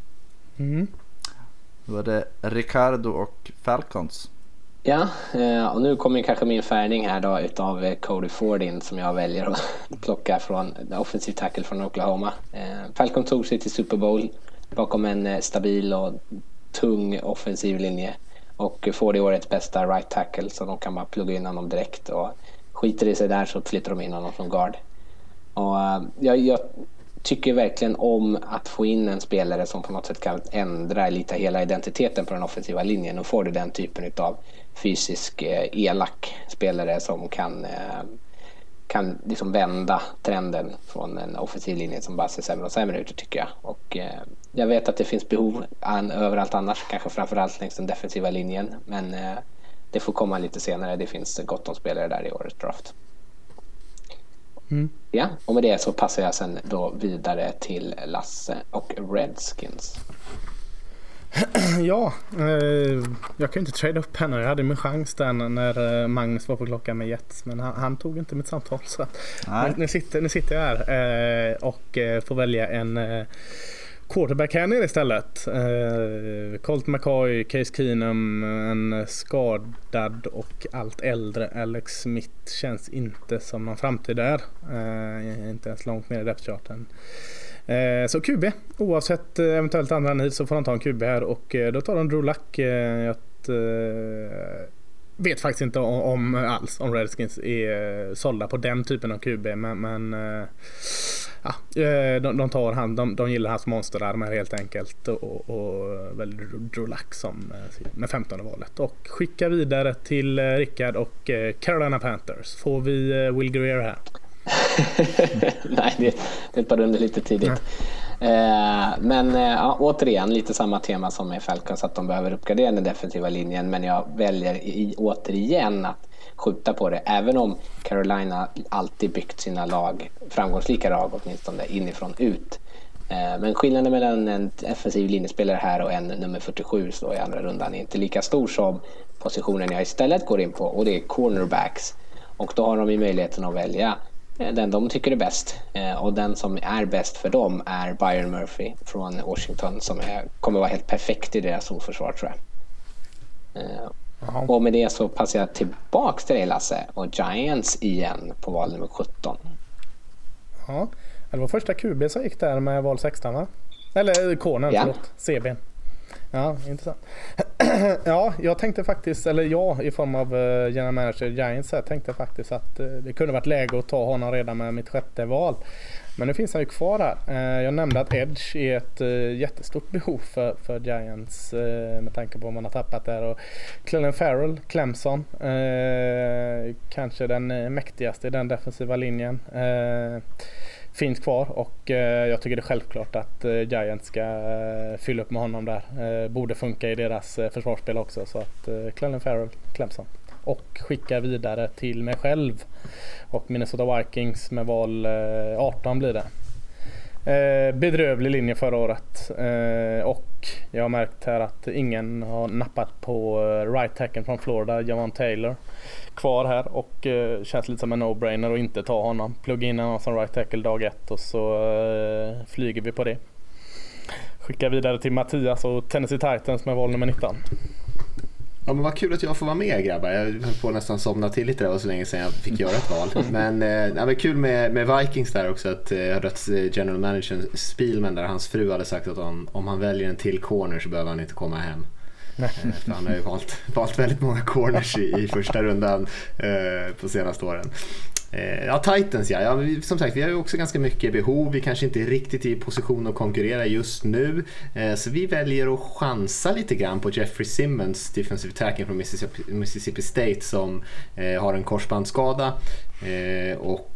Då är det Ricardo och Falcons. Ja, och nu kommer kanske min färgning här då utav Cody Ford in, som jag väljer att plocka från offensiv tackle från Oklahoma. Falcon tog sig till Super Bowl bakom en stabil och tung offensiv linje och får det årets bästa right tackle, så de kan bara plugga in honom direkt, och skiter i sig där så flyttar de in honom som guard. Och jag tycker verkligen om att få in en spelare som på något sätt kan ändra lite hela identiteten på den offensiva linjen, och får du den typen av fysisk elak spelare som kan liksom vända trenden från en offensiv linje som bara ser sämre och sämre ut, tycker jag. Och jag vet att det finns behov överallt annars, kanske framförallt längs den defensiva linjen, men det får komma lite senare. Det finns gott om spelare där i årets draft. Ja, och med det så passar jag sen då vidare till Lasse och Redskins. Ja, jag kan inte trade upp henne. Jag hade min chans där när Magnus var på klockan med Jets, men han tog inte mitt samtal, så att nu sitter jag här och får välja en quarterback här nere istället. Colt McCoy, Case Keenum, en skadad och allt äldre Alex Smith känns inte som någon framtid där. Inte ens långt ner i depth-charten. Så QB, oavsett eventuellt andra nid, så får de ta en QB här, och då tar de Drew Luck. Jag vet faktiskt inte om Redskins är sålda på den typen av QB, men de tar han, de gillar hans monsterarmar helt enkelt, och väljer Drew Luck som med 15:e valet, och skickar vidare till Rickard och Carolina Panthers. Får vi Will Grier här? Nej, det är bara under lite tidigt. Men återigen lite samma tema som med Falcons, att de behöver uppgradera den defensiva linjen, men jag väljer återigen att skjuta på det, även om Carolina alltid byggt sina lag, framgångsrika lag åtminstone, inifrån ut. Men skillnaden mellan en defensiv linjespelare här och en nummer 47 så i andra rundan är inte lika stor som positionen jag istället går in på, och det är cornerbacks. Och då har de ju möjligheten att välja den de tycker är bäst, och den som är bäst för dem är Byron Murphy från Washington, som kommer vara helt perfekt i deras zonförsvar, tror jag. Och med det så passar jag tillbaks till dig, Lasse, och Giants igen på val nummer 17. Ja, det var första QB som gick där med val 16, va? Eller corner, förlåt, CB. Ja, intressant. Ja, jag tänkte faktiskt, eller jag i form av general manager Giants här, tänkte faktiskt att det kunde varit läge att ta honom redan med mitt 6:e val. Men nu finns han ju kvar här. Jag nämnde att Edge är ett jättestort behov för Giants med tanke på vad man har tappat där. Och Clelin Ferrell, Clemson, kanske den mäktigaste i den defensiva linjen, finns kvar, och jag tycker det är självklart att Giants ska fylla upp med honom där. Borde funka i deras försvarsspel också, så att Clelin Ferrell, Clemson. Och skicka vidare till mig själv och Minnesota Vikings med val 18 blir det. Bedrövlig linje förra året, och jag har märkt här att ingen har nappat på right tacken från Florida, Javon Taylor, kvar här, och känns lite som en no-brainer att inte ta honom. Plugga in honom som right tackle dag 1 och så flyger vi på det. Skicka vidare till Mattias och Tennessee Titans med val nummer 19. Ja, men vad kul att jag får vara med, grabbar. Jag höll på nästan somna till lite, det var så länge sedan jag fick göra ett val. Men kul med Vikings där också, att jag hörde att general manager Spielman där, hans fru hade sagt att om han väljer en till corner så behöver han inte komma hem. För han har ju valt väldigt många corners i första rundan på senaste åren. Ja, Titans, ja. Som sagt, vi har ju också ganska mycket behov. Vi kanske inte är riktigt i position att konkurrera just nu, så vi väljer att chansa lite grann på Jeffrey Simmons, defensive tackle från Mississippi State, som har en korsbandsskada och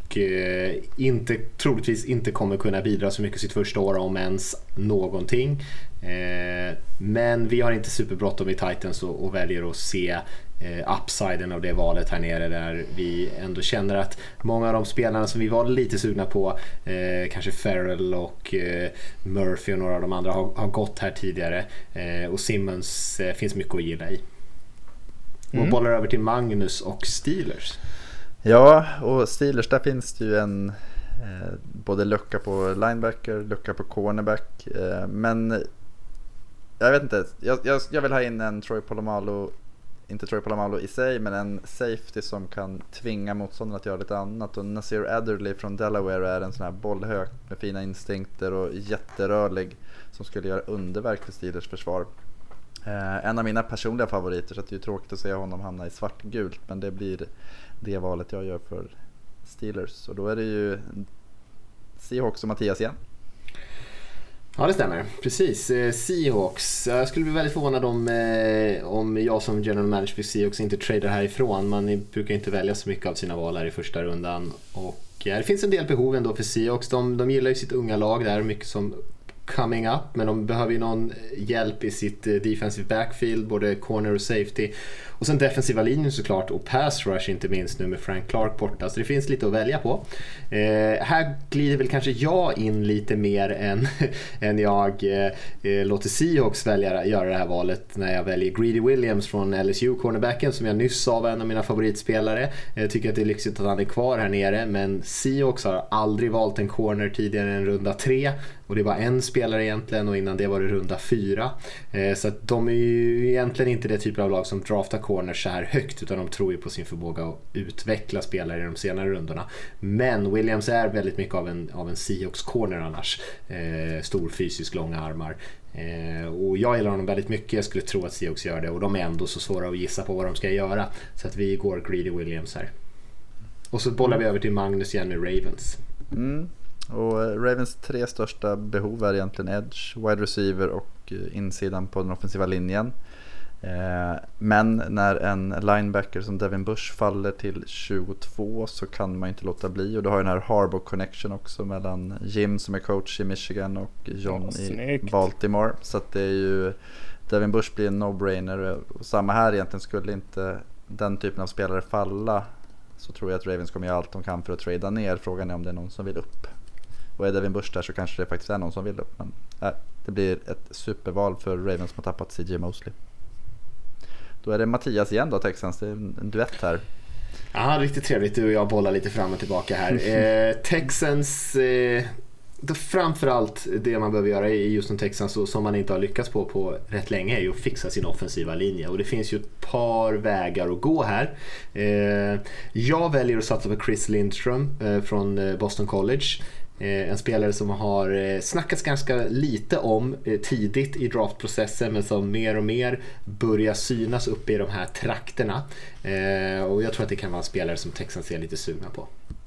troligtvis inte kommer kunna bidra så mycket sitt första år, om ens någonting. Men vi har inte superbråttom i Titans och väljer att se upsiden av det valet här nere, där vi ändå känner att många av de spelarna som vi var lite sugna på, kanske Ferrell och Murphy och några av de andra har gått här tidigare, och Simmons finns mycket att gilla i. Och bollar över till Magnus och Steelers. Ja, och Steelers, där finns det ju en både lucka på linebacker, lucka på cornerback. Men jag vet inte, jag vill ha in en Troy Polamalu, inte Troy Polamalu i sig, men en safety som kan tvinga motståndaren att göra lite annat. Och Nasir Adderley från Delaware är en sån här bollhök med fina instinkter och jätterörlig som skulle göra underverk för Steelers försvar. En av mina personliga favoriter, så att det är ju tråkigt att se honom hamna i svartgult, men det blir det valet jag gör för Steelers. Och då är det ju Seahawks och Mattias igen. Ja, det stämmer. Precis. Seahawks. Jag skulle bli väldigt förvånad om jag som general manager för Seahawks inte tradar härifrån. Man brukar inte välja så mycket av sina val här i första rundan. Och det finns en del behov ändå för Seahawks. De gillar ju sitt unga lag där, mycket som coming up, men de behöver ju någon hjälp i sitt defensive backfield, både corner och safety, och sen defensiva linjen såklart, och pass rush inte minst nu med Frank Clark borta, så det finns lite att välja på. Här glider väl kanske jag in lite mer än jag låter Seahawks göra det här valet när jag väljer Greedy Williams från LSU, cornerbacken som jag nyss sa var en av mina favoritspelare. Jag tycker att det är lyxigt att han är kvar här nere, men Seahawks har aldrig valt en corner tidigare än runda 3, och det var en spelare egentligen, och innan det var det runda 4. Så att de är ju egentligen inte det typ av lag som draftar corners så här högt, utan de tror ju på sin förmåga att utveckla spelare i de senare rundorna. Men Williams är väldigt mycket av en Seahawks corner annars. Stor fysisk, långa armar. Och jag gillar honom väldigt mycket. Jag skulle tro att Seahawks gör det, och de är ändå så svåra att gissa på vad de ska göra. Så att vi går Greedy Williams här. Och så bollar vi över till Magnus igen med Ravens. Och Ravens 3 största behov är egentligen edge, wide receiver och insidan på den offensiva linjen. Men när en linebacker som Devin Bush faller till 22 så kan man inte låta bli. Och du har ju den här Harbaugh connection också mellan Jim som är coach i Michigan och John i Baltimore. Så att det är ju, Devin Bush blir en no-brainer. Och samma här egentligen, skulle inte den typen av spelare falla, så tror jag att Ravens kommer göra allt de kan för att trada ner. Frågan är om det är någon som vill upp. Och är Devin Bush där så kanske det faktiskt är någon som vill upp. Men det blir ett superval för Ravens som har tappat CJ Mosley. Då är det Mattias igen då, Texans. Det är en duett här. Ja, riktigt trevligt. Du och jag bollar lite fram och tillbaka här. Texans, framförallt det man behöver göra i just Texans, som man inte har lyckats på rätt länge, är ju att fixa sin offensiva linje. Och det finns ju ett par vägar att gå här. Jag väljer att satsa på Chris Lindstrom från Boston College. En spelare som har snackats ganska lite om tidigt i draftprocessen, men som mer och mer börjar synas upp i de här trakterna. Och jag tror att det kan vara en spelare som Texans är lite sugna på.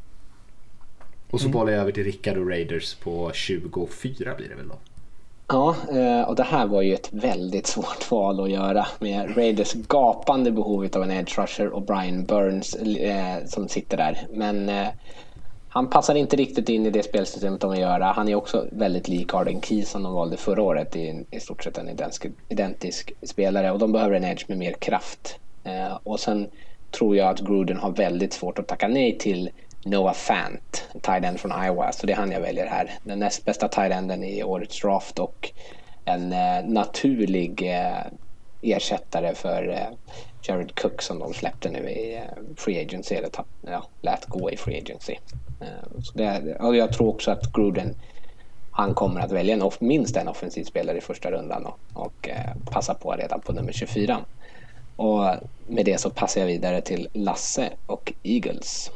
Och så bollar jag över till Rickard och Raiders på 24 blir det väl då. Ja, och det här var ju ett väldigt svårt val att göra, med Raiders gapande behov av en edge rusher och Brian Burns som sitter där. Men han passar inte riktigt in i det spelsystemet de vill göra. Han är också väldigt lik Arden Key som de valde förra året. I stort sett en identisk spelare. Och de behöver en edge med mer kraft. Och sen tror jag att Gruden har väldigt svårt att tacka nej till Noah Fant, tight end från Iowa. Så det är han jag väljer här. Den näst bästa tight enden i årets draft och en naturlig ersättare för Jared Cook som de släppte nu i free agency, eller lät gå i free agency. Så och jag tror också att Gruden, han kommer att välja minst en offensiv spelare i första rundan och passa på redan på nummer 24. Och med det så passar jag vidare till Lasse och Eagles.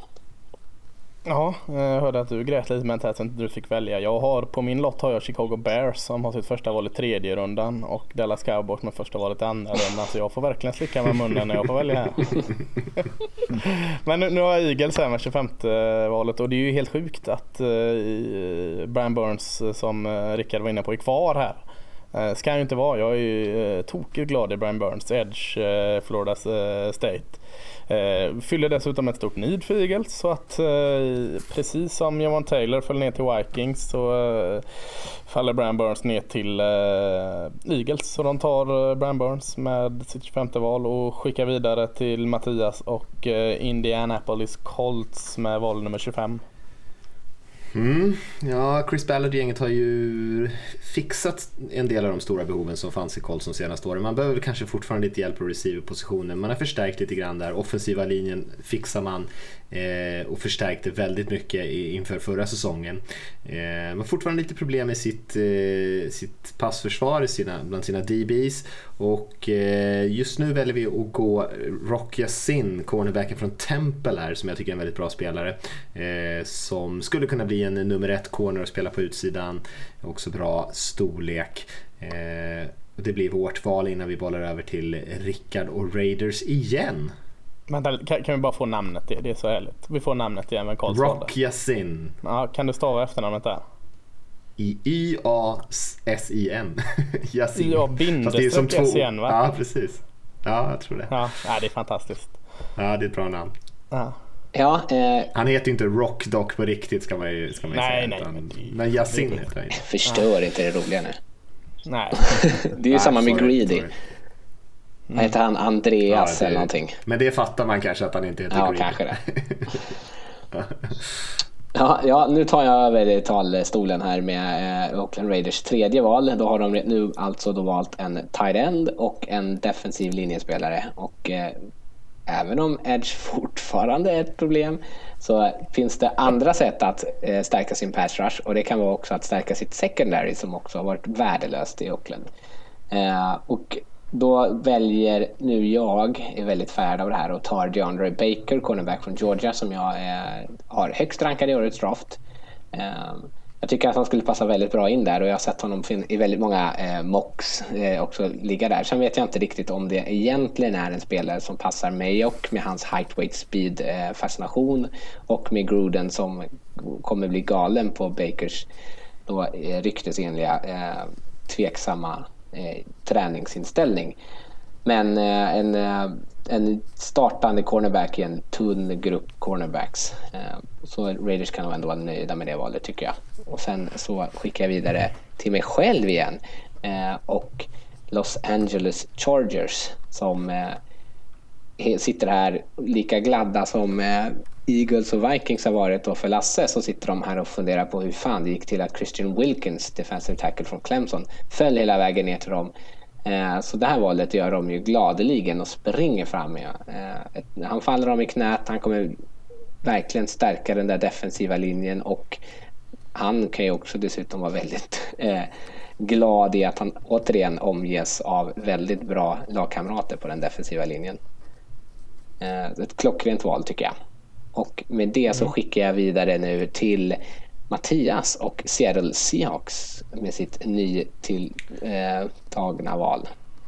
Ja, jag hörde att du grät lite med att du fick välja. På min lott har jag Chicago Bears som har sitt första val i 3:e rundan och Dallas Cowboys med första valet i 2:a rundan. Så jag får verkligen slicka med munnen när jag får välja här. Men nu har jag Eagles här med 25:e valet, och det är ju helt sjukt att Brian Burns, som Rickard var inne på, är kvar här. Ska ju inte vara. Jag är ju tokigt glad i Brian Burns, Edge, Florida State. Fyller dessutom ett stort need för Eagles, så att precis som Javon Taylor föll ner till Vikings så faller Brian Burns ner till Eagles. Så de tar Brian Burns med sitt 25:e val och skickar vidare till Mattias och Indianapolis Colts med val nummer 25. Ja, Chris Ballard-gänget har ju fixat en del av de stora behoven som fanns i Colts de senaste åren. Man behöver kanske fortfarande lite hjälp på receiver-positionen. Man har förstärkt lite grann där. Offensiva linjen fixar man och förstärkte väldigt mycket inför förra säsongen. Man har fortfarande lite problem med sitt passförsvar bland sina DBs. Och just nu väljer vi att gå Rock Ya-Sin, cornerbacken från Temple här, som jag tycker är en väldigt bra spelare. Som skulle kunna bli en nummer 1 corner och spela på utsidan. Också bra storlek. Det blir vårt val innan vi bollar över till Rickard och Raiders igen. Vänta, kan vi bara få namnet? Det är så härligt. Vi får namnet igen med Karlsson. Rock Ya-Sin. Ja, kan du stava efternamnet där? Y-A-S-I-N. Yasin. Y-A-S-I-N, va? Ja, precis. Ja, jag tror det. Ja, det är fantastiskt. Ja, det är ett bra namn. Ja, han heter ju inte Rock dock på riktigt, ska man ju säga. Nej, men Yasin heter han. Förstör inte det roliga nu. Nej. Det är ju samma med Greedy. Heter han Andreas eller någonting? Men det fattar man kanske att han inte heter Greedy. Ja, kanske det. Ja, nu tar jag över talstolen här med Oakland Raiders tredje val. Då har de nu alltså valt en tight end och en defensiv linjespelare. Och även om edge fortfarande är ett problem, så finns det andra sätt att stärka sin pass rush, och det kan vara också att stärka sitt secondary, som också har varit värdelöst i Oakland. Och då väljer nu jag, är väldigt färd av det här, och tar DeAndre Baker, cornerback från Georgia, som jag har högst rankad i årets draft. Jag tycker att han skulle passa väldigt bra in där, och jag har sett honom i väldigt många mocks också ligga där. Sen vet jag inte riktigt om det egentligen är en spelare som passar mig, och med hans height, weight, speed fascination, och med Gruden som kommer bli galen på Bakers då ryktesenliga tveksamma träningsinställning. Men en startande cornerback i en tunn grupp cornerbacks, så Raiders kan nog ändå vara nöjda med det valet, tycker jag. Och sen så skickar jag vidare till mig själv igen, och Los Angeles Chargers, som sitter här lika gladda som Eagles och Vikings har varit, och för Lasse så sitter de här och funderar på hur fan det gick till att Christian Wilkins, defensive tackle från Clemson, föll hela vägen ner till dem. Så det här valet gör de ju gladeligen och springer fram med. Han faller dem i knät, han kommer verkligen stärka den där defensiva linjen, och han kan ju också dessutom vara väldigt glad i att han återigen omges av väldigt bra lagkamrater på den defensiva linjen. Ett klockrent val, tycker jag. Och med det så skickar jag vidare nu till Mattias och Seattle Seahawks med sitt nytilltagna val.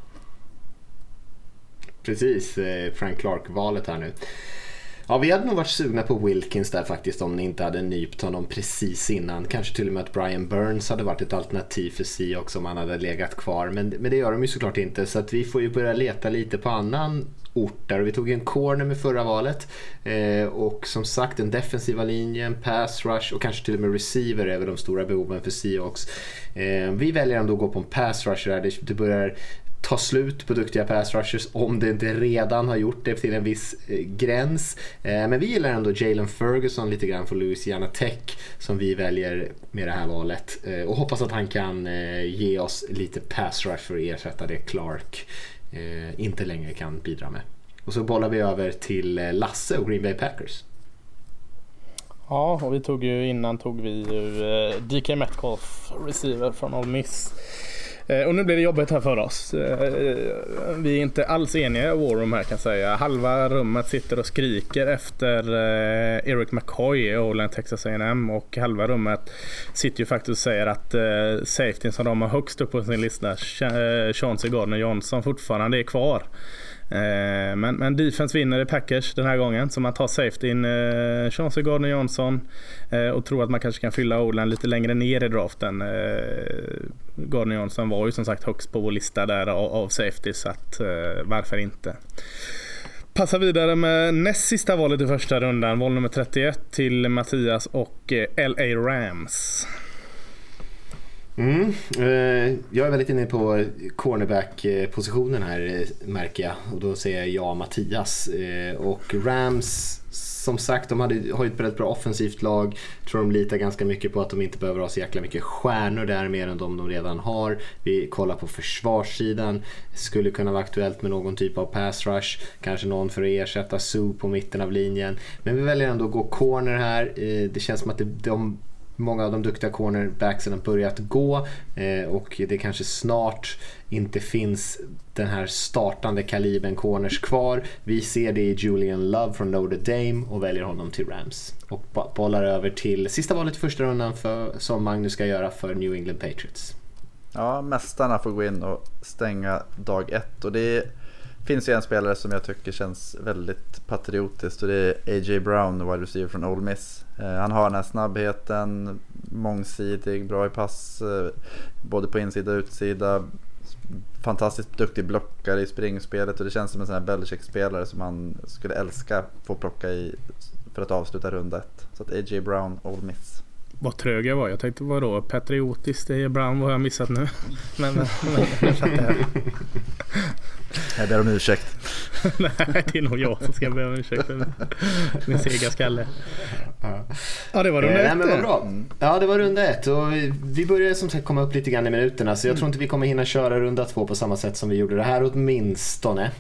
Precis, Frank Clark-valet här nu. Ja, vi hade nog varit sugna på Wilkins där faktiskt, om ni inte hade nypt honom precis innan. Kanske till och med att Brian Burns hade varit ett alternativ för Seahawks om han hade legat kvar. Men det gör de ju såklart inte, så att vi får ju börja leta lite på annan ort där. Vi tog en corner med förra valet, och som sagt den defensiva linjen, pass rush och kanske till och med receiver är väl de stora behoven för Seahawks. Vi väljer ändå att gå på en pass rush där. Det börjar ta slut på duktiga pass rushers, om det inte redan har gjort det till en viss gräns. Men vi gillar ändå Jalen Ferguson lite grann från Louisiana Tech, som vi väljer med det här valet, och hoppas att han kan ge oss lite pass rush för att ersätta det Clark inte längre kan bidra med. Och så bollar vi över till Lasse och Green Bay Packers. Ja, och vi tog ju DK Metcalf, receiver från Ole Miss. Och nu blir det jobbigt här för oss. Vi är inte alls eniga i War Room här, kan jag säga. Halva rummet sitter och skriker efter Eric McCoy i Oakland, Texas A&M, och halva rummet sitter ju faktiskt och säger att safety som de har högst upp på sin lista, Chauncey Gardner-Johnson, fortfarande är kvar. Men defense vinner i Packers den här gången, så man tar safety in Chauncey Gardner-Johnson och tror att man kanske kan fylla Oakland lite längre ner i draften. Gardner-Johnson var ju som sagt högst på vår lista där av safety, så att varför inte. Passar vidare med näst sista valet i första rundan, val nummer 31 till Mattias och LA Rams. Jag är väldigt inne på cornerback-positionen här, märker jag. Och då säger jag Mattias. Och Rams, som sagt, de har ju ett väldigt bra offensivt lag. Tror de litar ganska mycket på att de inte behöver ha så jäkla mycket stjärnor där, mer än de redan har. Vi kollar på försvarssidan. Skulle kunna vara aktuellt med någon typ av pass rush. Kanske någon för att ersätta Sue på mitten av linjen. Men vi väljer ändå att gå corner här. Det känns som att många av de duktiga cornerbacksen har börjat gå, och det kanske snart inte finns den här startande kalibern corners kvar. Vi ser det i Julian Love från Notre Dame och väljer honom till Rams. Och bollar över till sista valet i första rundan som Magnus ska göra för New England Patriots. Ja, mästarna får gå in och stänga dag 1, och det finns ju en spelare som jag tycker känns väldigt patriotiskt, och det är A.J. Brown, wide receiver från Ole Miss. Han har den här snabbheten, mångsidig, bra i pass, både på insida och utsida, fantastiskt duktig blockare i springspelet, och det känns som en sån här Belichick-spelare som han skulle älska få plocka i för att avsluta runda 1. Så att A.J. Brown, Ole Miss. Vad trög jag var. Jag tänkte, vadå? Patriotiskt, A.J. Brown, vad har jag missat nu? Men jag ber om ursäkt. Nej, det är nog jag som ska be om ursäkt för min sega skalle. Ja, det var runda 1. Men vad bra. Ja, det var runda 1, och vi börjar som sagt komma upp lite grann i minuterna, så jag tror inte vi kommer hinna köra runda 2 på samma sätt som vi gjorde det här åtminstone.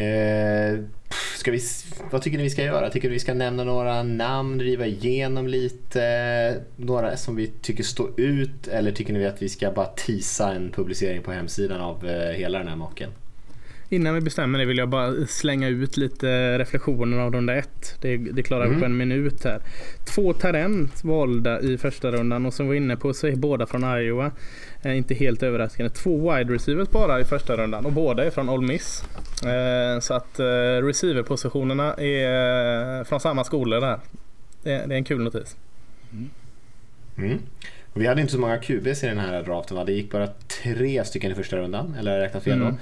Vad tycker ni vi ska göra? Tycker ni vi ska nämna några namn, driva igenom lite, några som vi tycker står ut, eller tycker ni att vi ska bara teasa en publicering på hemsidan av hela den här mocken? Innan vi bestämmer det vill jag bara slänga ut lite reflektioner av runda 1. Det klarar vi på en minut här. 2 Tyrants valda i första rundan, och som var inne på så är båda från Iowa. Inte helt överraskande. 2 wide receivers bara i första rundan, och båda är från Ole Miss. Så att receiverpositionerna är från samma skolor där. Det är en kul notis. Och vi hade inte så många QBs i den här draften, va? Det gick bara 3 stycken i första rundan, eller räknat fel då.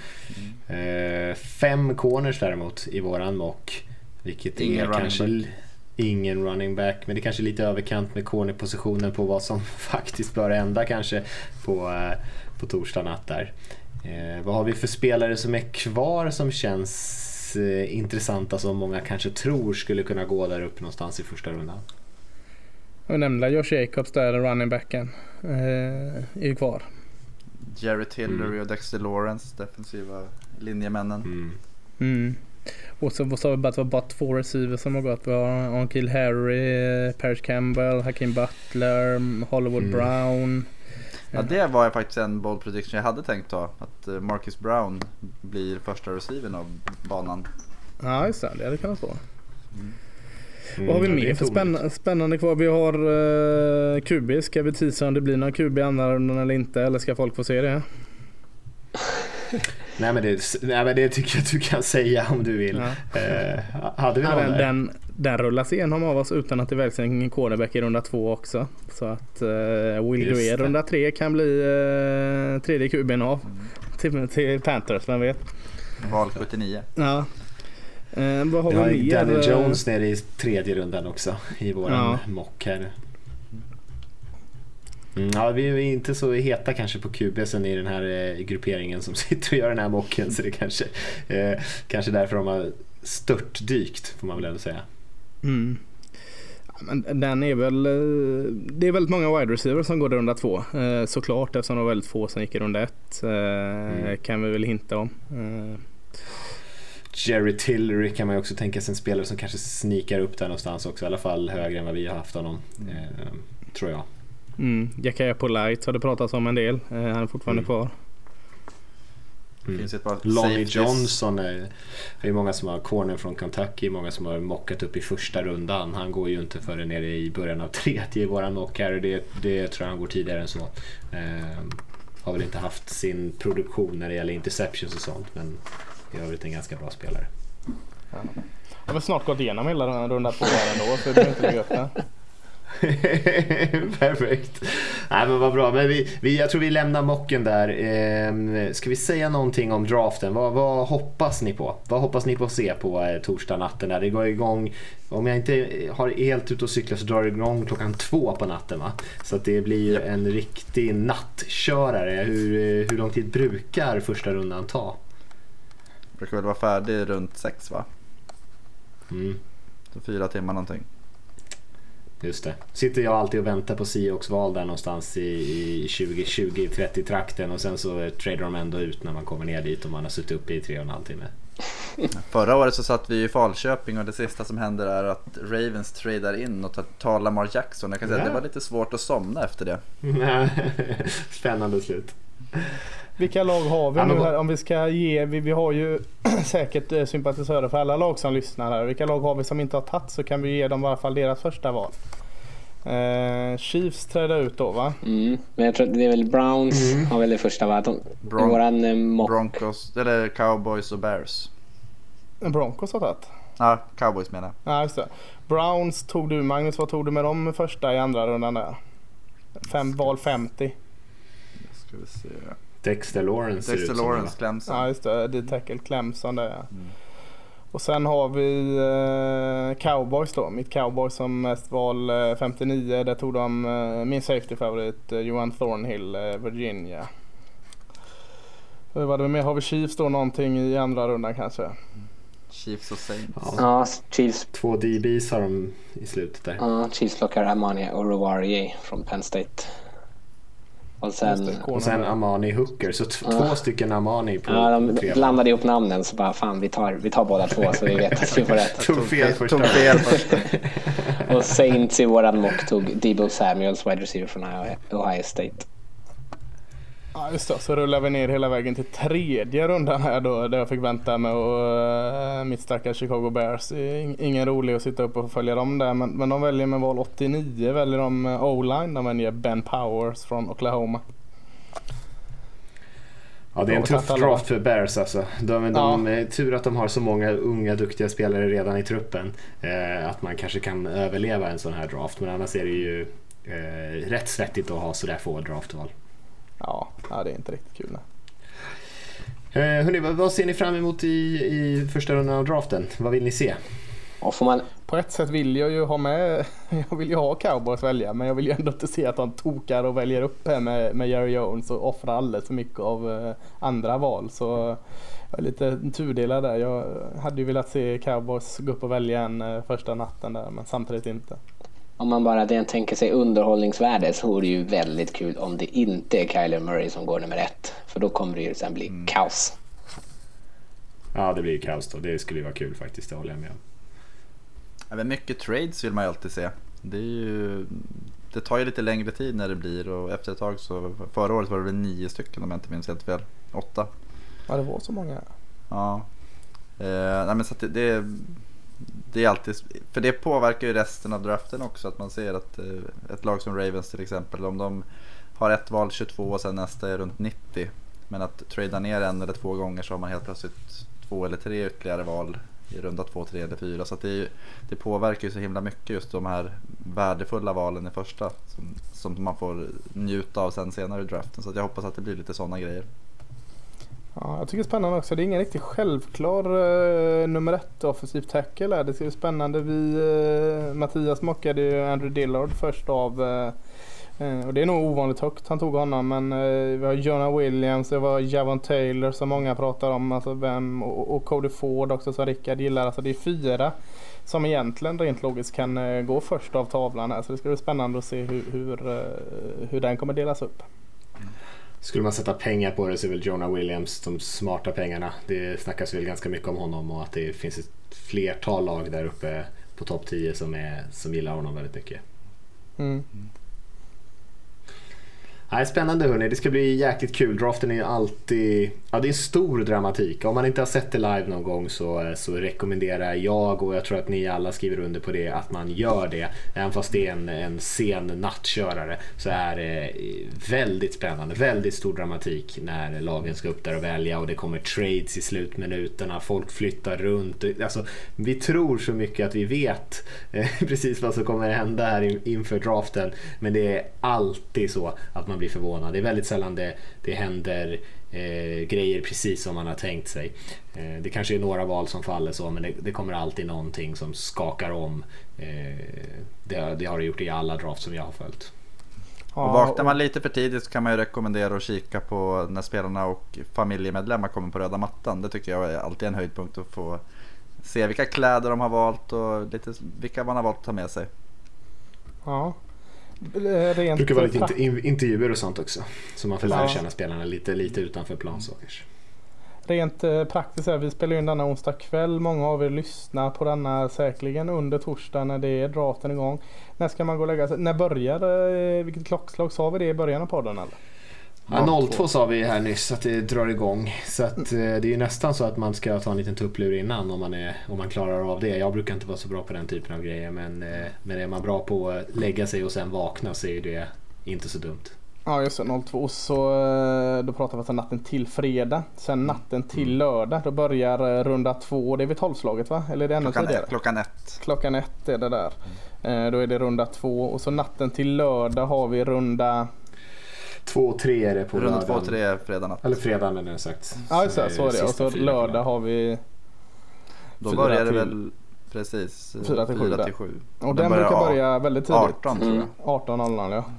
5 corners däremot i våran mock, vilket är kanske ingen running back, men det är kanske lite överkant med cornerpositionen på vad som faktiskt bör hända kanske på torsdag natt där. Vad har vi för spelare som är kvar som känns intressanta, som många kanske tror skulle kunna gå där upp någonstans i första rundan? Jag nämnde Josh Jacobs där, running backen, är ju kvar. Jerry Tillery och Dexter Lawrence, defensiva linjemännen. Och så sa vi bara att det var bara 2 receivers som har gått. Vi har Ankil Harry, Parrish Campbell, Hakeem Butler, Hollywood Brown. Ja, det var faktiskt en bold prediction jag hade tänkt ta, att Marcus Brown blir första receivern av banan. Ja, just det. Det hade kunnat vara. Vad har vi mer för spännande kvar? Vi har QB. Ska vi tisa om det blir någon QB i andra rundan eller inte? Eller ska folk få se det? Nej, men det tycker jag att du kan säga om du vill. Hade vi någon den rullas igenom av oss utan att det väljs en quarterback i runda 2 också. Så att Will Greer runda 3 kan bli tredje QB:n av till Panthers, vem vet. Val 79. Ja. Vad har vi mer? Daniel Jones nere i 3:e rundan också i våran mock här. Ja, vi är inte så heta kanske på QB sen i den här grupperingen som sitter och gör den här mocken, så det kanske därför de har störtdykt, får man väl ändå säga. Men den är väl, det är väldigt många wide receivers som går i runda 2, såklart, eftersom det var väldigt få som gick i runda 1, kan vi väl hinta om. Jerry Tillery kan man ju också tänka sig en spelare som kanske snikar upp där någonstans också, i alla fall högre än vad vi har haft honom, tror jag. Jackia Polite har det pratats om en del. Han är fortfarande kvar. Finns ett par Lonnie Johnson är ju många som har corner från Kentucky, många som har mockat upp i första rundan. Han går ju inte förrän nere i början av 3:e i våran mock här, och det tror jag han går tidigare än så. Har väl inte haft sin produktion när det gäller interceptions och sånt, men i övrigt en ganska bra spelare. Jag har väl snart gått igenom hela den runda 2 ändå, så det behöver inte lägga upp det. Perfekt. Nej, men vad bra. Men jag tror vi lämnar mocken där. Ska vi säga någonting om draften? Vad hoppas ni på? Vad hoppas ni på att se på torsdag natten där? Det går igång, om jag inte har helt ut och cykla så drar det igång 2:00 på natten, va? Så att det blir en riktig nattkörare. Hur lång tid brukar första rundan ta? Brukar väl vara färdig runt 6, va? Så 4 timmar någonting. Just det. Sitter jag alltid och väntar på Seahawks-val där någonstans i 20-30 trakten och sen så tradar de ändå ut när man kommer ner dit och man har suttit uppe i 3,5 timmar. Förra året så satt vi i Falköping och det sista som händer är att Ravens tradar in och tar Lamar Jackson. Jag kan säga att det var lite svårt att somna efter det. Spännande slut. Vilka lag har vi nu här? Om vi ska ge, vi har ju säkert sympatisörer för alla lag som lyssnar här. Vilka lag har vi som inte har tagit, så kan vi ge dem i alla fall deras första val. Chiefs trädde ut då, va? Men jag tror att det är väl Browns har väl det första, va? Broncos, eller Cowboys och Bears. Broncos har tagit? Ja, Cowboys menar jag. Ja, just det. Browns tog du, Magnus. Vad tog du med dem första i andra rundan där? Val 50. Ska vi se. Dexter Lawrence Clemson. Ja, just det. D-tackle Clemson där. Och sen har vi Cowboys då. Mitt Cowboys som mest val 59. Där tog de min safety-favorit Johan Thornhill, Virginia. Vad var det mer? Har vi Chiefs då någonting i andra rundan kanske? Chiefs och Saints. Ja, Chiefs. 2 DBs har de i slutet där. Ja, Chiefs lockar Amani och Rovarie från Penn State. Och sen Amani Hooker. Så 2 stycken Amani på. Ja, de blandade ihop namnen så bara fan, vi tar båda 2 så vi vet att vi får rätt. Tog fel första. Och Saints i våran mock tog Deebo Samuels, wide receiver från Ohio State. Ja, just det. Så rullar vi ner hela vägen till 3:e rundan här då, där jag fick vänta med och mitt stackars Chicago Bears. Ingen rolig att sitta upp och följa dem där, men de väljer med val 89, väljer de O-line, de väljer Ben Powers från Oklahoma. Ja, det är en tuff draft för Bears alltså. De tur att de har så många unga duktiga spelare redan i truppen, att man kanske kan överleva en sån här draft, men annars är det ju rätt svettigt att ha så där få draftval. Ja, det är inte riktigt kul. Hörrni, vad ser ni fram emot i första rundan av draften? Vad vill ni se? På ett sätt vill jag ju ha Cowboys välja, men jag vill ju ändå inte se att de tokar och väljer upp här med Jerry Jones och offrar alldeles för mycket av andra val. Så jag är lite tudelad där. Jag hade ju velat se Cowboys gå upp och välja en första natten där, men samtidigt inte. Om man bara tänker sig underhållningsvärde, så är det ju väldigt kul om det inte är Kyler Murray som går nummer 1. För då kommer det ju sen bli kaos. Ja, det blir ju kaos då. Det skulle ju vara kul faktiskt, det håller jag med om. Även mycket trades vill man ju alltid se. Det tar ju lite längre tid när det blir, och efter ett tag så, förra året var det väl 9 stycken om jag inte minns helt fel. 8. Ja, det var så många. Ja. Nej, men så att det är alltid, för det påverkar ju resten av draften också, att man ser att ett lag som Ravens till exempel, om de har ett val 22 och sen nästa är runt 90, men att trada ner 1 eller 2 gånger så har man helt plötsligt 2 eller 3 ytterligare val i runda 2, 3 eller 4, så att det påverkar ju så himla mycket, just de här värdefulla valen i första som man får njuta av sen senare i draften, så att jag hoppas att det blir lite sådana grejer. Ja, jag tycker det är spännande också. Det är ingen riktigt självklar nummer 1 offensiv tackle här. Det ser ju spännande. Mattias mockade ju Andrew Dillard först av, och det är nog ovanligt högt han tog honom, men vi har Jonah Williams, det var Javon Taylor som många pratar om, alltså och Cody Ford också som Rickard gillar. Alltså det är 4 som egentligen rent logiskt kan gå först av tavlan här, så det ska bli spännande att se hur den kommer delas upp. Skulle man sätta pengar på det så är väl Jonah Williams de smarta pengarna. Det snackas väl ganska mycket om honom, och att det finns ett flertal lag där uppe på topp 10 som gillar honom väldigt mycket. Ja, spännande hörni, det ska bli jäkligt kul. Draften är ju alltid, det är stor dramatik. Om man inte har sett det live någon gång så rekommenderar jag, och jag tror att ni alla skriver under på det, att man gör det. Även fast det är en sen nattkörare så är det väldigt spännande, väldigt stor dramatik när lagen ska upp där och välja, och det kommer trades i slutminuterna, folk flyttar runt. Alltså, vi tror så mycket att vi vet precis vad som kommer hända här inför draften, men det är alltid så att man blir förvånad. Det är väldigt sällan det händer grejer precis som man har tänkt sig. Det kanske är några val som faller så, men det kommer alltid någonting som skakar om. Det har det gjort i alla draft som jag har följt. Och vaknar man lite för tidigt så kan man ju rekommendera att kika på när spelarna och familjemedlemmar kommer på röda mattan. Det tycker jag är alltid en höjdpunkt, att få se vilka kläder de har valt och lite vilka man har valt att ta med sig. Ja. Det brukar vara lite intervjuer och sånt också, så man får lära känna spelarna lite utanför plan så kanske. Rent praktiskt är vi spelar in denna onsdag kväll. Många av er lyssnar på denna säkerligen under torsdag när det är draften igång. När ska man gå och lägga sig? När börjar vilket klockslag sa vi det i början av podden eller? Ja, 02 sa vi här nyss att det drar igång. Så att, det är ju nästan så att man ska ta en liten tupplur innan om man klarar av det. Jag brukar inte vara så bra på den typen av grejer, men är man bra på att lägga sig och sen vakna så är det inte så dumt. Ja just det, 02, så då pratar vi om natten till fredag. Sen natten till lördag, då börjar runda 2. Det är vid 12-slaget va? Eller är det ännu tidigare? Klockan 1 är det där. Då är det runda 2. Och så natten till lördag har vi runda 2 och 3 är det på runda 2 och 3 fredag natt. Eller fredagen är det sagt. Ja just det, så är det. Och så lördag har vi då börjar det väl precis 4 till 7. Och den börjar brukar börja väldigt tidigt. 18 tror jag. 18.00 ja.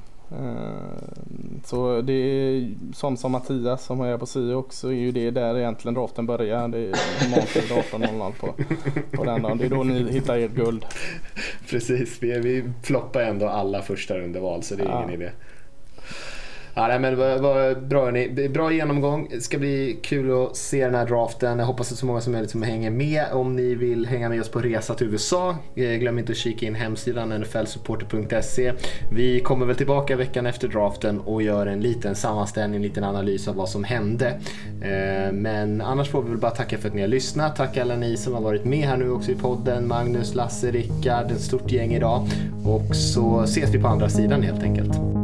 Så det är sånt som Mattias som är på SIO också, är ju det där egentligen draften börjar. Det är normalt 18.00 på den dagen. Det är då ni hittar ert guld. Precis, vi ploppar ändå alla första rundeval, så det är ingen idé. Ja, nej, men vad bra ni. Bra genomgång. Det ska bli kul att se den här draften. Jag hoppas att så många som möjligt som hänger med. Om ni vill hänga med oss på resa till USA, glöm inte att kika in hemsidan nflsupporter.se. Vi kommer väl tillbaka veckan efter draften och gör en liten sammanställning, en liten analys av vad som hände. Men annars får vi väl bara tacka för att ni har lyssnat. Tack alla ni som har varit med här nu också i podden. Magnus, Lasse, Rickard, ett stort gäng idag. Och så ses vi på andra sidan helt enkelt.